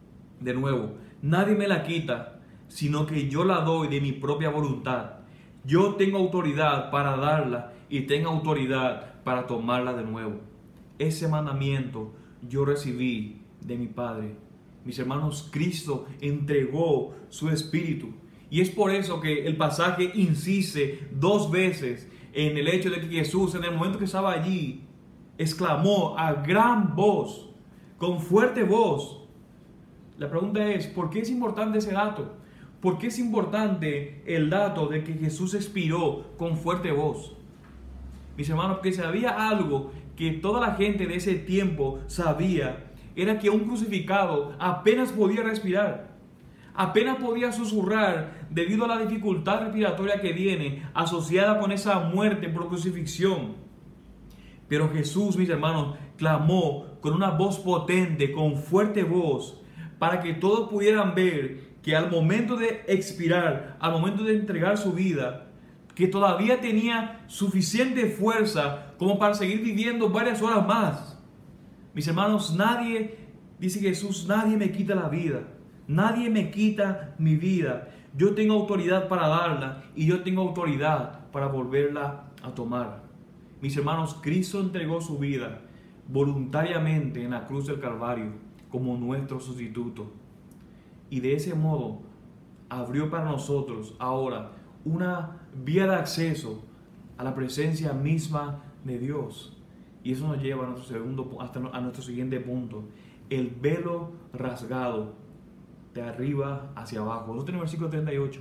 Nadie me la quita, sino que yo la doy de mi propia voluntad. Yo tengo autoridad para darla y tengo autoridad para tomarla de nuevo. Ese mandamiento yo recibí de mi Padre. Mis hermanos, Cristo entregó su espíritu. Y es por eso que el pasaje insiste 2 veces en el hecho de que Jesús, en el momento que estaba allí, exclamó a gran voz, con fuerte voz. La pregunta es: ¿por qué es importante ese dato? ¿Por qué es importante el dato de que Jesús expiró con fuerte voz? Mis hermanos, porque si había algo que toda la gente de ese tiempo sabía, era que un crucificado apenas podía respirar, apenas podía susurrar debido a la dificultad respiratoria que viene asociada con esa muerte por crucifixión. Pero Jesús, mis hermanos, clamó con una voz potente, con fuerte voz, para que todos pudieran ver que al momento de expirar, al momento de entregar su vida, que todavía tenía suficiente fuerza como para seguir viviendo varias horas más. Mis hermanos, dice Jesús, nadie me quita la vida, nadie me quita mi vida. Yo tengo autoridad para darla y yo tengo autoridad para volverla a tomar. Mis hermanos, Cristo entregó su vida voluntariamente en la cruz del Calvario como nuestro sustituto. Y de ese modo abrió para nosotros ahora una vía de acceso a la presencia misma de Dios. Y eso nos lleva a nuestro siguiente punto: el velo rasgado de arriba hacia abajo. Nosotros tenemos el versículo 38.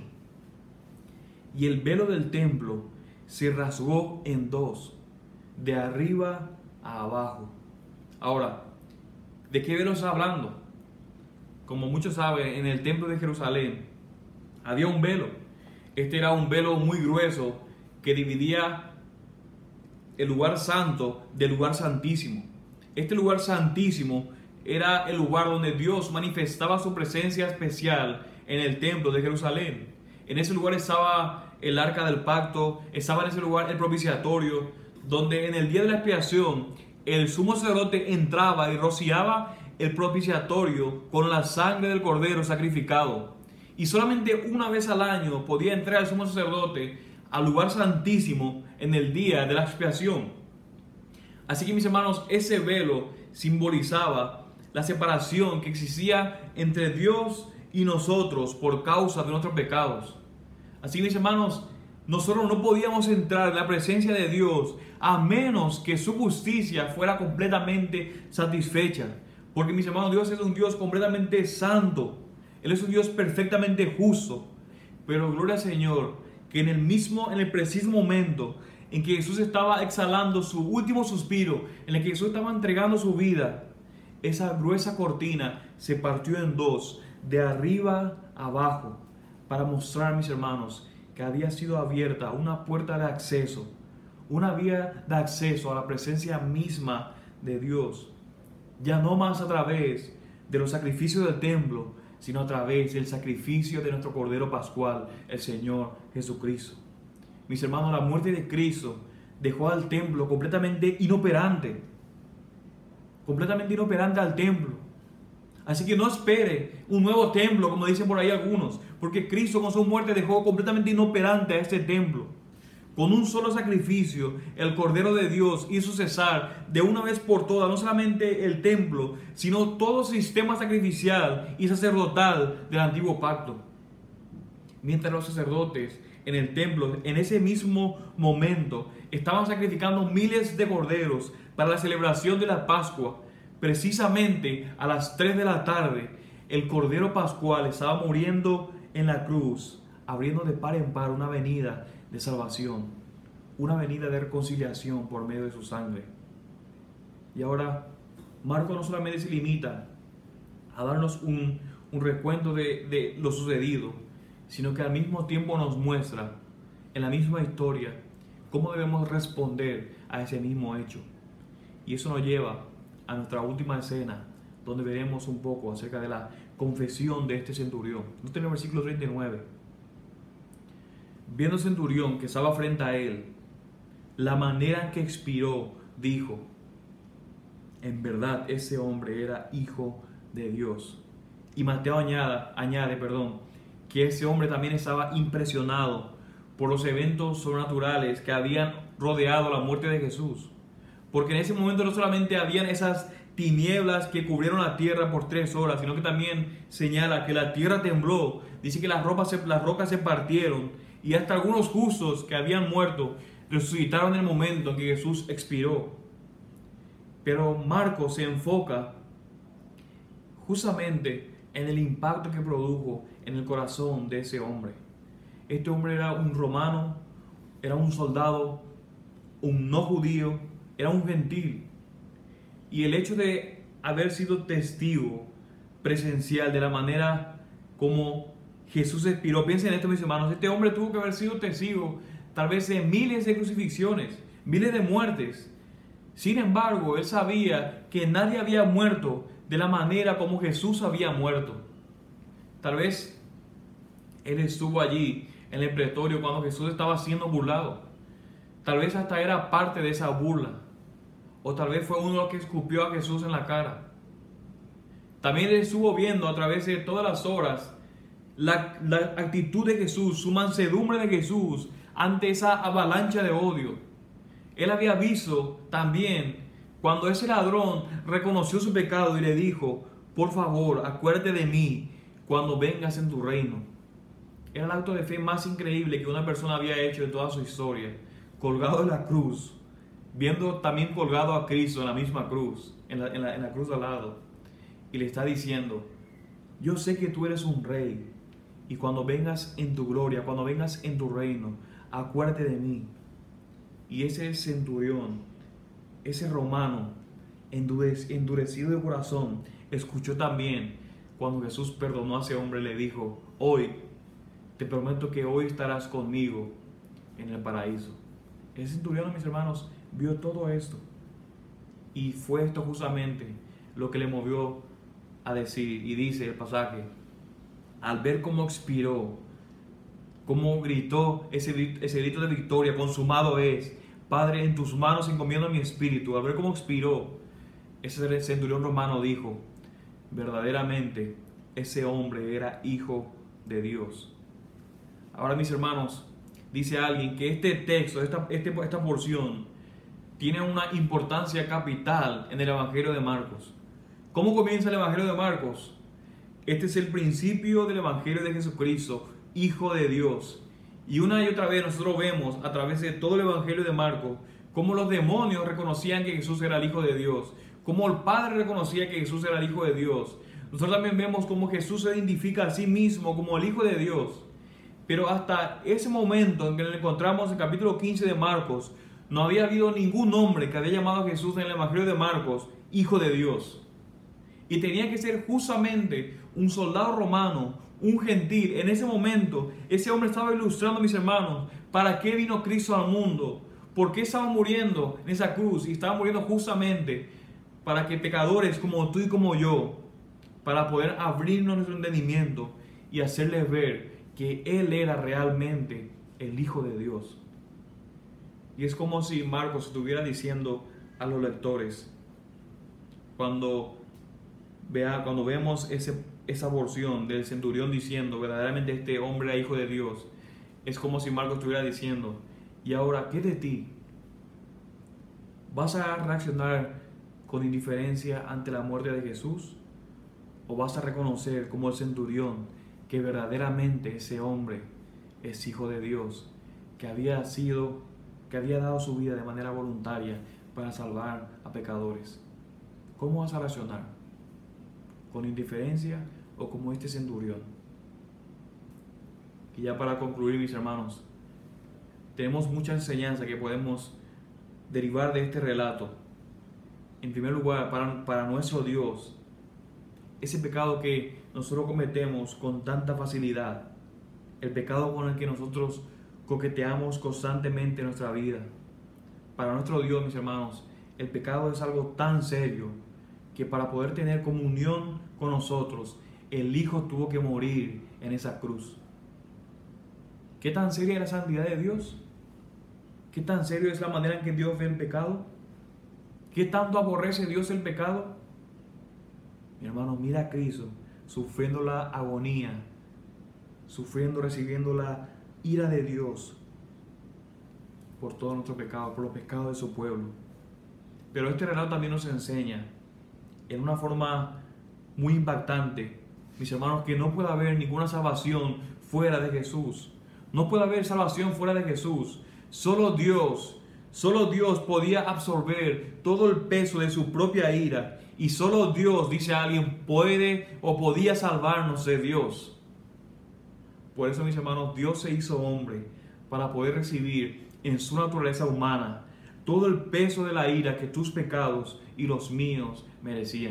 Y el velo del templo se rasgó en 2, de arriba a abajo. Ahora, ¿de qué velo está hablando? Como muchos saben, en el templo de Jerusalén había un velo. Este era un velo muy grueso que dividía el lugar santo del lugar santísimo. Este lugar santísimo era el lugar donde Dios manifestaba su presencia especial en el templo de Jerusalén. En ese lugar estaba el arca del pacto, estaba en ese lugar el propiciatorio, donde en el día de la expiación el sumo sacerdote entraba y rociaba el propiciatorio con la sangre del cordero sacrificado. Y solamente una vez al año podía entrar el sumo sacerdote al lugar santísimo en el día de la expiación. Así que, mis hermanos, ese velo simbolizaba la separación que existía entre Dios y nosotros por causa de nuestros pecados. Así que, mis hermanos, nosotros no podíamos entrar en la presencia de Dios a menos que su justicia fuera completamente satisfecha. Porque, mis hermanos, Dios es un Dios completamente santo. Él es un Dios perfectamente justo. Pero gloria al Señor, que en el preciso momento en que Jesús estaba exhalando su último suspiro, en el que Jesús estaba entregando su vida, esa gruesa cortina se partió en 2, de arriba a abajo, para mostrar, mis hermanos, que había sido abierta una puerta de acceso, una vía de acceso a la presencia misma de Dios. Ya no más a través de los sacrificios del templo, sino a través del sacrificio de nuestro Cordero Pascual, el Señor Jesucristo. Mis hermanos, la muerte de Cristo dejó al templo completamente inoperante al templo. Así que no espere un nuevo templo, como dicen por ahí algunos, porque Cristo con su muerte dejó completamente inoperante a este templo. Con un solo sacrificio, el Cordero de Dios hizo cesar de una vez por todas no solamente el templo, sino todo sistema sacrificial y sacerdotal del antiguo pacto. mientras los sacerdotes en el templo, en ese mismo momento, estaban sacrificando miles de corderos para la celebración de la Pascua. Precisamente a las 3 de la tarde, el Cordero Pascual estaba muriendo en la cruz, abriendo de par en par una avenida de salvación, una avenida de reconciliación por medio de su sangre. Y ahora, Marcos no solamente se limita a darnos un recuento de lo sucedido, sino que al mismo tiempo nos muestra en la misma historia cómo debemos responder a ese mismo hecho. Y eso nos lleva a nuestra última escena, donde veremos un poco acerca de la confesión de este centurión. Noten el versículo 39. Viendo el centurión que estaba frente a él, la manera en que expiró, dijo: en verdad ese hombre era hijo de Dios. Y Mateo añade, que ese hombre también estaba impresionado por los eventos sobrenaturales que habían rodeado la muerte de Jesús. Porque en ese momento no solamente habían esas tinieblas que cubrieron la tierra por 3 horas, sino que también señala que la tierra tembló. Dice que las rocas se partieron y hasta algunos justos que habían muerto resucitaron en el momento en que Jesús expiró. Pero Marcos se enfoca justamente en el impacto que produjo en el corazón de ese hombre. Este hombre era un romano, era un soldado, un no judío, era un gentil. Y el hecho de haber sido testigo presencial de la manera como Jesús expiró, piensen en esto, mis hermanos, este hombre tuvo que haber sido testigo tal vez de miles de crucifixiones, miles de muertes. Sin embargo, él sabía que nadie había muerto de la manera como Jesús había muerto. Tal vez él estuvo allí en el pretorio cuando Jesús estaba siendo burlado. Tal vez hasta era parte de esa burla. O tal vez fue uno de los que escupió a Jesús en la cara. También él estuvo viendo a través de todas las horas la actitud de Jesús, su mansedumbre de Jesús ante esa avalancha de odio. Él había visto también cuando ese ladrón reconoció su pecado y le dijo: por favor, acuérdate de mí cuando vengas en tu reino. Era el acto de fe más increíble que una persona había hecho en toda su historia. Colgado en la cruz, viendo también colgado a Cristo en la misma cruz, en la cruz al lado. Y le está diciendo: yo sé que tú eres un rey, y cuando vengas en tu gloria, cuando vengas en tu reino, acuérdate de mí. Y ese centurión, ese romano endurecido de corazón, escuchó también cuando Jesús perdonó a ese hombre y le dijo: hoy, te prometo que hoy estarás conmigo en el paraíso. Ese centurión, mis hermanos, vio todo esto. Y fue esto justamente lo que le movió a decir, y dice el pasaje, al ver cómo expiró, cómo gritó ese grito de victoria: consumado es, Padre, en tus manos encomiendo mi espíritu. Al ver cómo expiró, ese centurión romano dijo: verdaderamente ese hombre era hijo de Dios. Ahora, mis hermanos, dice alguien que este texto, esta porción, tiene una importancia capital en el Evangelio de Marcos. ¿Cómo comienza el Evangelio de Marcos? Este es el principio del Evangelio de Jesucristo, Hijo de Dios. Y una y otra vez nosotros vemos a través de todo el Evangelio de Marcos cómo los demonios reconocían que Jesús era el Hijo de Dios, cómo el Padre reconocía que Jesús era el Hijo de Dios. Nosotros también vemos cómo Jesús se identifica a sí mismo como el Hijo de Dios. Pero hasta ese momento en que nos encontramos en el capítulo 15 de Marcos, no había habido ningún hombre que había llamado a Jesús en el Evangelio de Marcos Hijo de Dios. Y tenía que ser justamente un soldado romano, un gentil. En ese momento, ese hombre estaba ilustrando, mis hermanos, para qué vino Cristo al mundo, por qué estaba muriendo en esa cruz. Y estaba muriendo justamente para que pecadores como tú y como yo, para poder abrirnos nuestro entendimiento y hacerles ver que Él era realmente el Hijo de Dios. Y es como si Marcos estuviera diciendo a los lectores, cuando vemos esa porción del centurión diciendo verdaderamente este hombre era Hijo de Dios, es como si Marcos estuviera diciendo: y ahora, ¿qué de ti? ¿Vas a reaccionar con indiferencia ante la muerte de Jesús? ¿O vas a reconocer como el centurión que verdaderamente ese hombre es hijo de Dios, que había dado su vida de manera voluntaria para salvar a pecadores. ¿Cómo vas a reaccionar? ¿Con indiferencia o como este centurión? Y ya para concluir, mis hermanos, tenemos mucha enseñanza que podemos derivar de este relato. En primer lugar, para nuestro Dios, ese pecado que nosotros cometemos con tanta facilidad, el pecado con el que nosotros coqueteamos constantemente en nuestra vida, para nuestro Dios, mis hermanos, el pecado es algo tan serio que para poder tener comunión con nosotros, el Hijo tuvo que morir en esa cruz. ¿Qué tan seria es la santidad de Dios? ¿Qué tan serio es la manera en que Dios ve el pecado? ¿Qué tanto aborrece Dios el pecado? Mi hermano, mira a Cristo sufriendo la agonía, recibiendo la ira de Dios por todo nuestro pecado, por los pecados de su pueblo. Pero este relato también nos enseña en una forma muy impactante, mis hermanos, que no puede haber ninguna salvación fuera de Jesús. No puede haber salvación fuera de Jesús. Solo Dios podía absorber todo el peso de su propia ira. Y solo Dios, dice alguien, puede o podía salvarnos de Dios. Por eso, mis hermanos, Dios se hizo hombre para poder recibir en su naturaleza humana todo el peso de la ira que tus pecados y los míos merecían.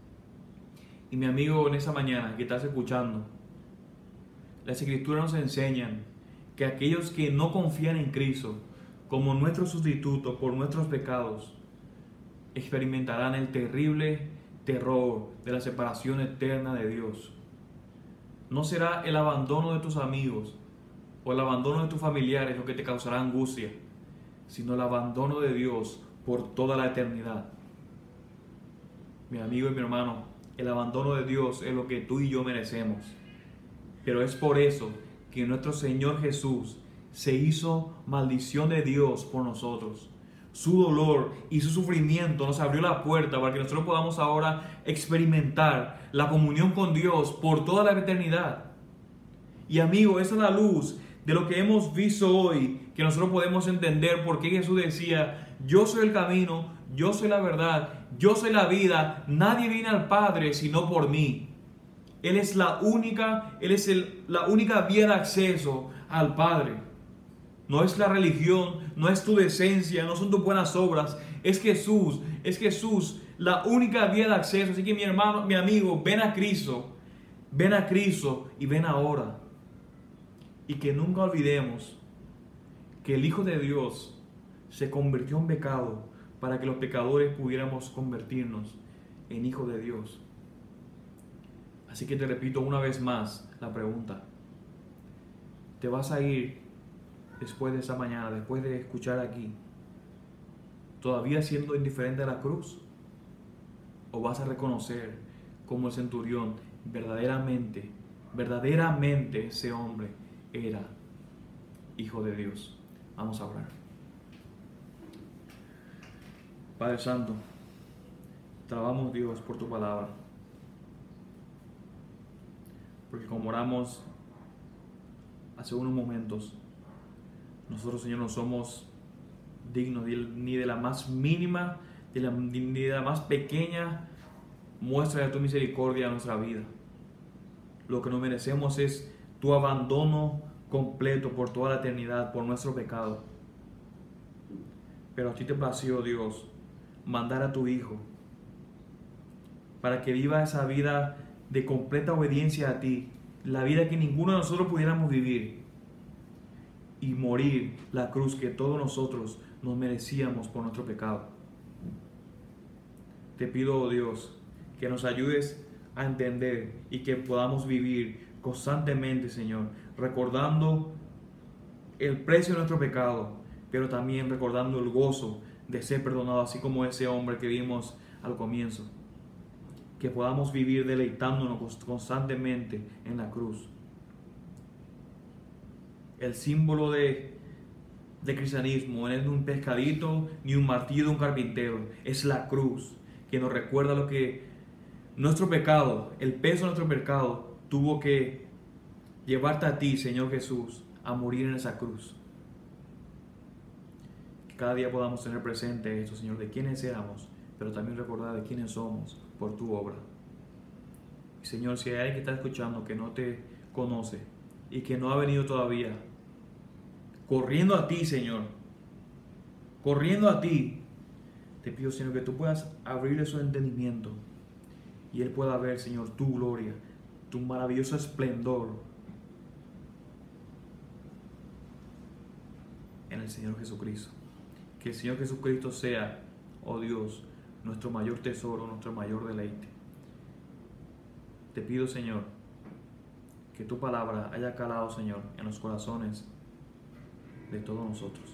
Y mi amigo, en esa mañana que estás escuchando, las Escrituras nos enseñan que aquellos que no confían en Cristo como nuestro sustituto por nuestros pecados experimentarán el terrible terror de la separación eterna de Dios. No será el abandono de tus amigos o el abandono de tus familiares lo que te causará angustia, sino el abandono de Dios por toda la eternidad. Mi amigo y mi hermano, el abandono de Dios es lo que tú y yo merecemos. Pero es por eso que nuestro Señor Jesús se hizo maldición de Dios por nosotros. Su dolor y su sufrimiento nos abrió la puerta para que nosotros podamos ahora experimentar la comunión con Dios por toda la eternidad. Y amigo, esa es la luz de lo que hemos visto hoy, que nosotros podemos entender por qué Jesús decía: yo soy el camino, yo soy la verdad, yo soy la vida, nadie viene al Padre sino por mí. Él es la única vía de acceso al Padre. No es la religión, no es tu decencia, no son tus buenas obras, es Jesús la única vía de acceso. Así que mi hermano, mi amigo, ven a Cristo y ven ahora. Y que nunca olvidemos que el Hijo de Dios se convirtió en pecado para que los pecadores pudiéramos convertirnos en hijos de Dios. Así que te repito una vez más la pregunta: ¿te vas a ir después de esa mañana, después de escuchar aquí, todavía siendo indiferente a la cruz? ¿O vas a reconocer como el centurión verdaderamente ese hombre era hijo de Dios? Vamos a orar. Padre Santo, te alabamos, Dios, por tu palabra, porque como oramos hace unos momentos, nosotros, Señor, no somos dignos ni de la más mínima, ni de la más pequeña muestra de tu misericordia en nuestra vida. Lo que nos merecemos es tu abandono completo por toda la eternidad, por nuestro pecado. Pero a ti te plació, Dios, mandar a tu Hijo para que viva esa vida de completa obediencia a ti, la vida que ninguno de nosotros pudiéramos vivir, y morir la cruz que todos nosotros nos merecíamos por nuestro pecado. Te pido, oh Dios, que nos ayudes a entender y que podamos vivir constantemente, Señor, recordando el precio de nuestro pecado, pero también recordando el gozo de ser perdonado, así como ese hombre que vimos al comienzo. Que podamos vivir deleitándonos constantemente en la cruz. El símbolo de cristianismo no es un pescadito ni un martillo de un carpintero, es la cruz, que nos recuerda lo que nuestro pecado, el peso de nuestro pecado, tuvo que llevarte a ti, Señor Jesús, a morir en esa cruz. Que cada día podamos tener presente esto, Señor, de quiénes éramos, pero también recordar de quiénes somos por tu obra. Y Señor, si hay alguien que está escuchando que no te conoce y que no ha venido todavía, corriendo a ti, Señor, corriendo a ti, te pido, Señor, que tú puedas abrirle su entendimiento y él pueda ver, Señor, tu gloria, tu maravilloso esplendor en el Señor Jesucristo. Que el Señor Jesucristo sea, oh Dios, nuestro mayor tesoro, nuestro mayor deleite. Te pido, Señor, que tu palabra haya calado, Señor, en los corazones de todos nosotros.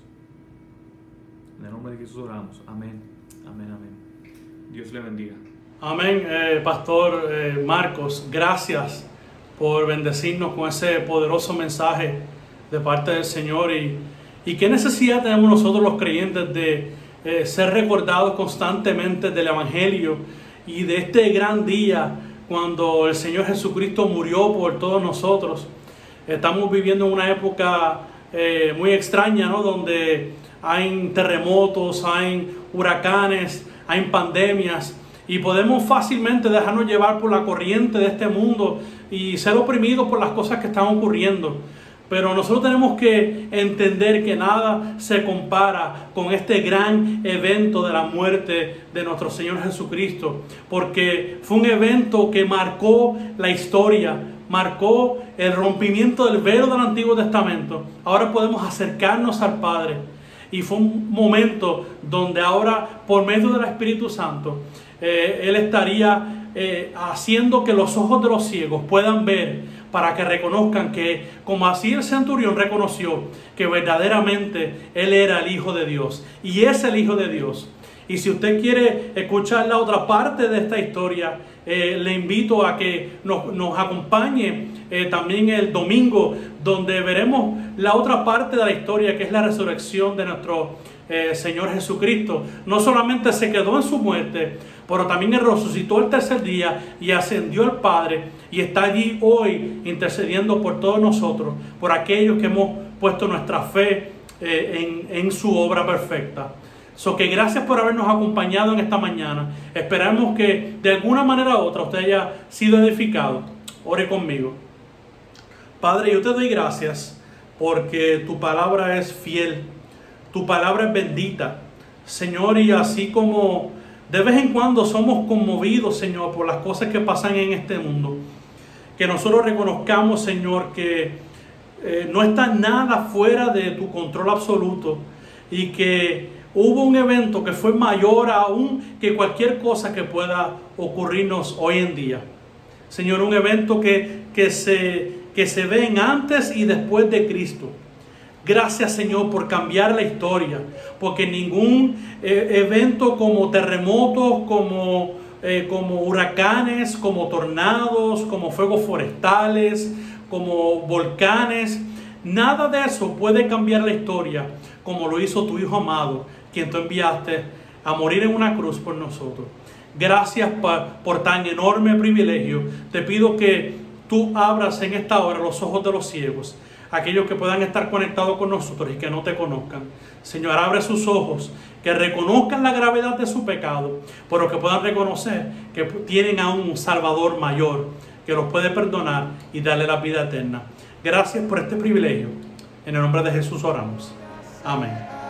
En el nombre de Jesús oramos. Amén, amén, amén. Dios le bendiga. Amén, Pastor Marcos, gracias por bendecirnos con ese poderoso mensaje de parte del Señor. Y qué necesidad tenemos nosotros los creyentes de ser recordados constantemente del Evangelio y de este gran día cuando el Señor Jesucristo murió por todos nosotros. Estamos viviendo en una época muy extraña, ¿no? Donde hay terremotos, hay huracanes, hay pandemias, y podemos fácilmente dejarnos llevar por la corriente de este mundo y ser oprimidos por las cosas que están ocurriendo. Pero nosotros tenemos que entender que nada se compara con este gran evento de la muerte de nuestro Señor Jesucristo, porque fue un evento que marcó la historia, marcó el rompimiento del velo del Antiguo Testamento. Ahora podemos acercarnos al Padre, y fue un momento donde ahora, por medio del Espíritu Santo, Él estaría haciendo que los ojos de los ciegos puedan ver, para que reconozcan que, como así el centurión reconoció que verdaderamente Él era el Hijo de Dios y es el Hijo de Dios. Y si usted quiere escuchar la otra parte de esta historia, le invito a que nos acompañe también el domingo, donde veremos la otra parte de la historia, que es la resurrección de nuestro Señor Jesucristo. No solamente se quedó en su muerte, pero también Él resucitó el tercer día y ascendió al Padre, y está allí hoy intercediendo por todos nosotros, por aquellos que hemos puesto nuestra fe en su obra perfecta. Que gracias por habernos acompañado en esta mañana. Esperamos que de alguna manera u otra usted haya sido edificado. Ore conmigo. Padre, yo te doy gracias porque tu palabra es fiel, tu palabra es bendita, Señor, y así como de vez en cuando somos conmovidos, Señor, por las cosas que pasan en este mundo, que nosotros reconozcamos, Señor, que no está nada fuera de tu control absoluto, y que hubo un evento que fue mayor aún que cualquier cosa que pueda ocurrirnos hoy en día. Señor, un evento que se ve en antes y después de Cristo. Gracias, Señor, por cambiar la historia, porque ningún evento como terremotos, como huracanes, como tornados, como fuegos forestales, como volcanes, nada de eso puede cambiar la historia como lo hizo tu Hijo amado, quien tú enviaste a morir en una cruz por nosotros. Gracias por tan enorme privilegio. Te pido que tú abras en esta hora los ojos de los ciegos, aquellos que puedan estar conectados con nosotros y que no te conozcan. Señor, abre sus ojos, que reconozcan la gravedad de su pecado, pero que puedan reconocer que tienen a un Salvador mayor, que los puede perdonar y darle la vida eterna. Gracias por este privilegio. En el nombre de Jesús oramos. Amén.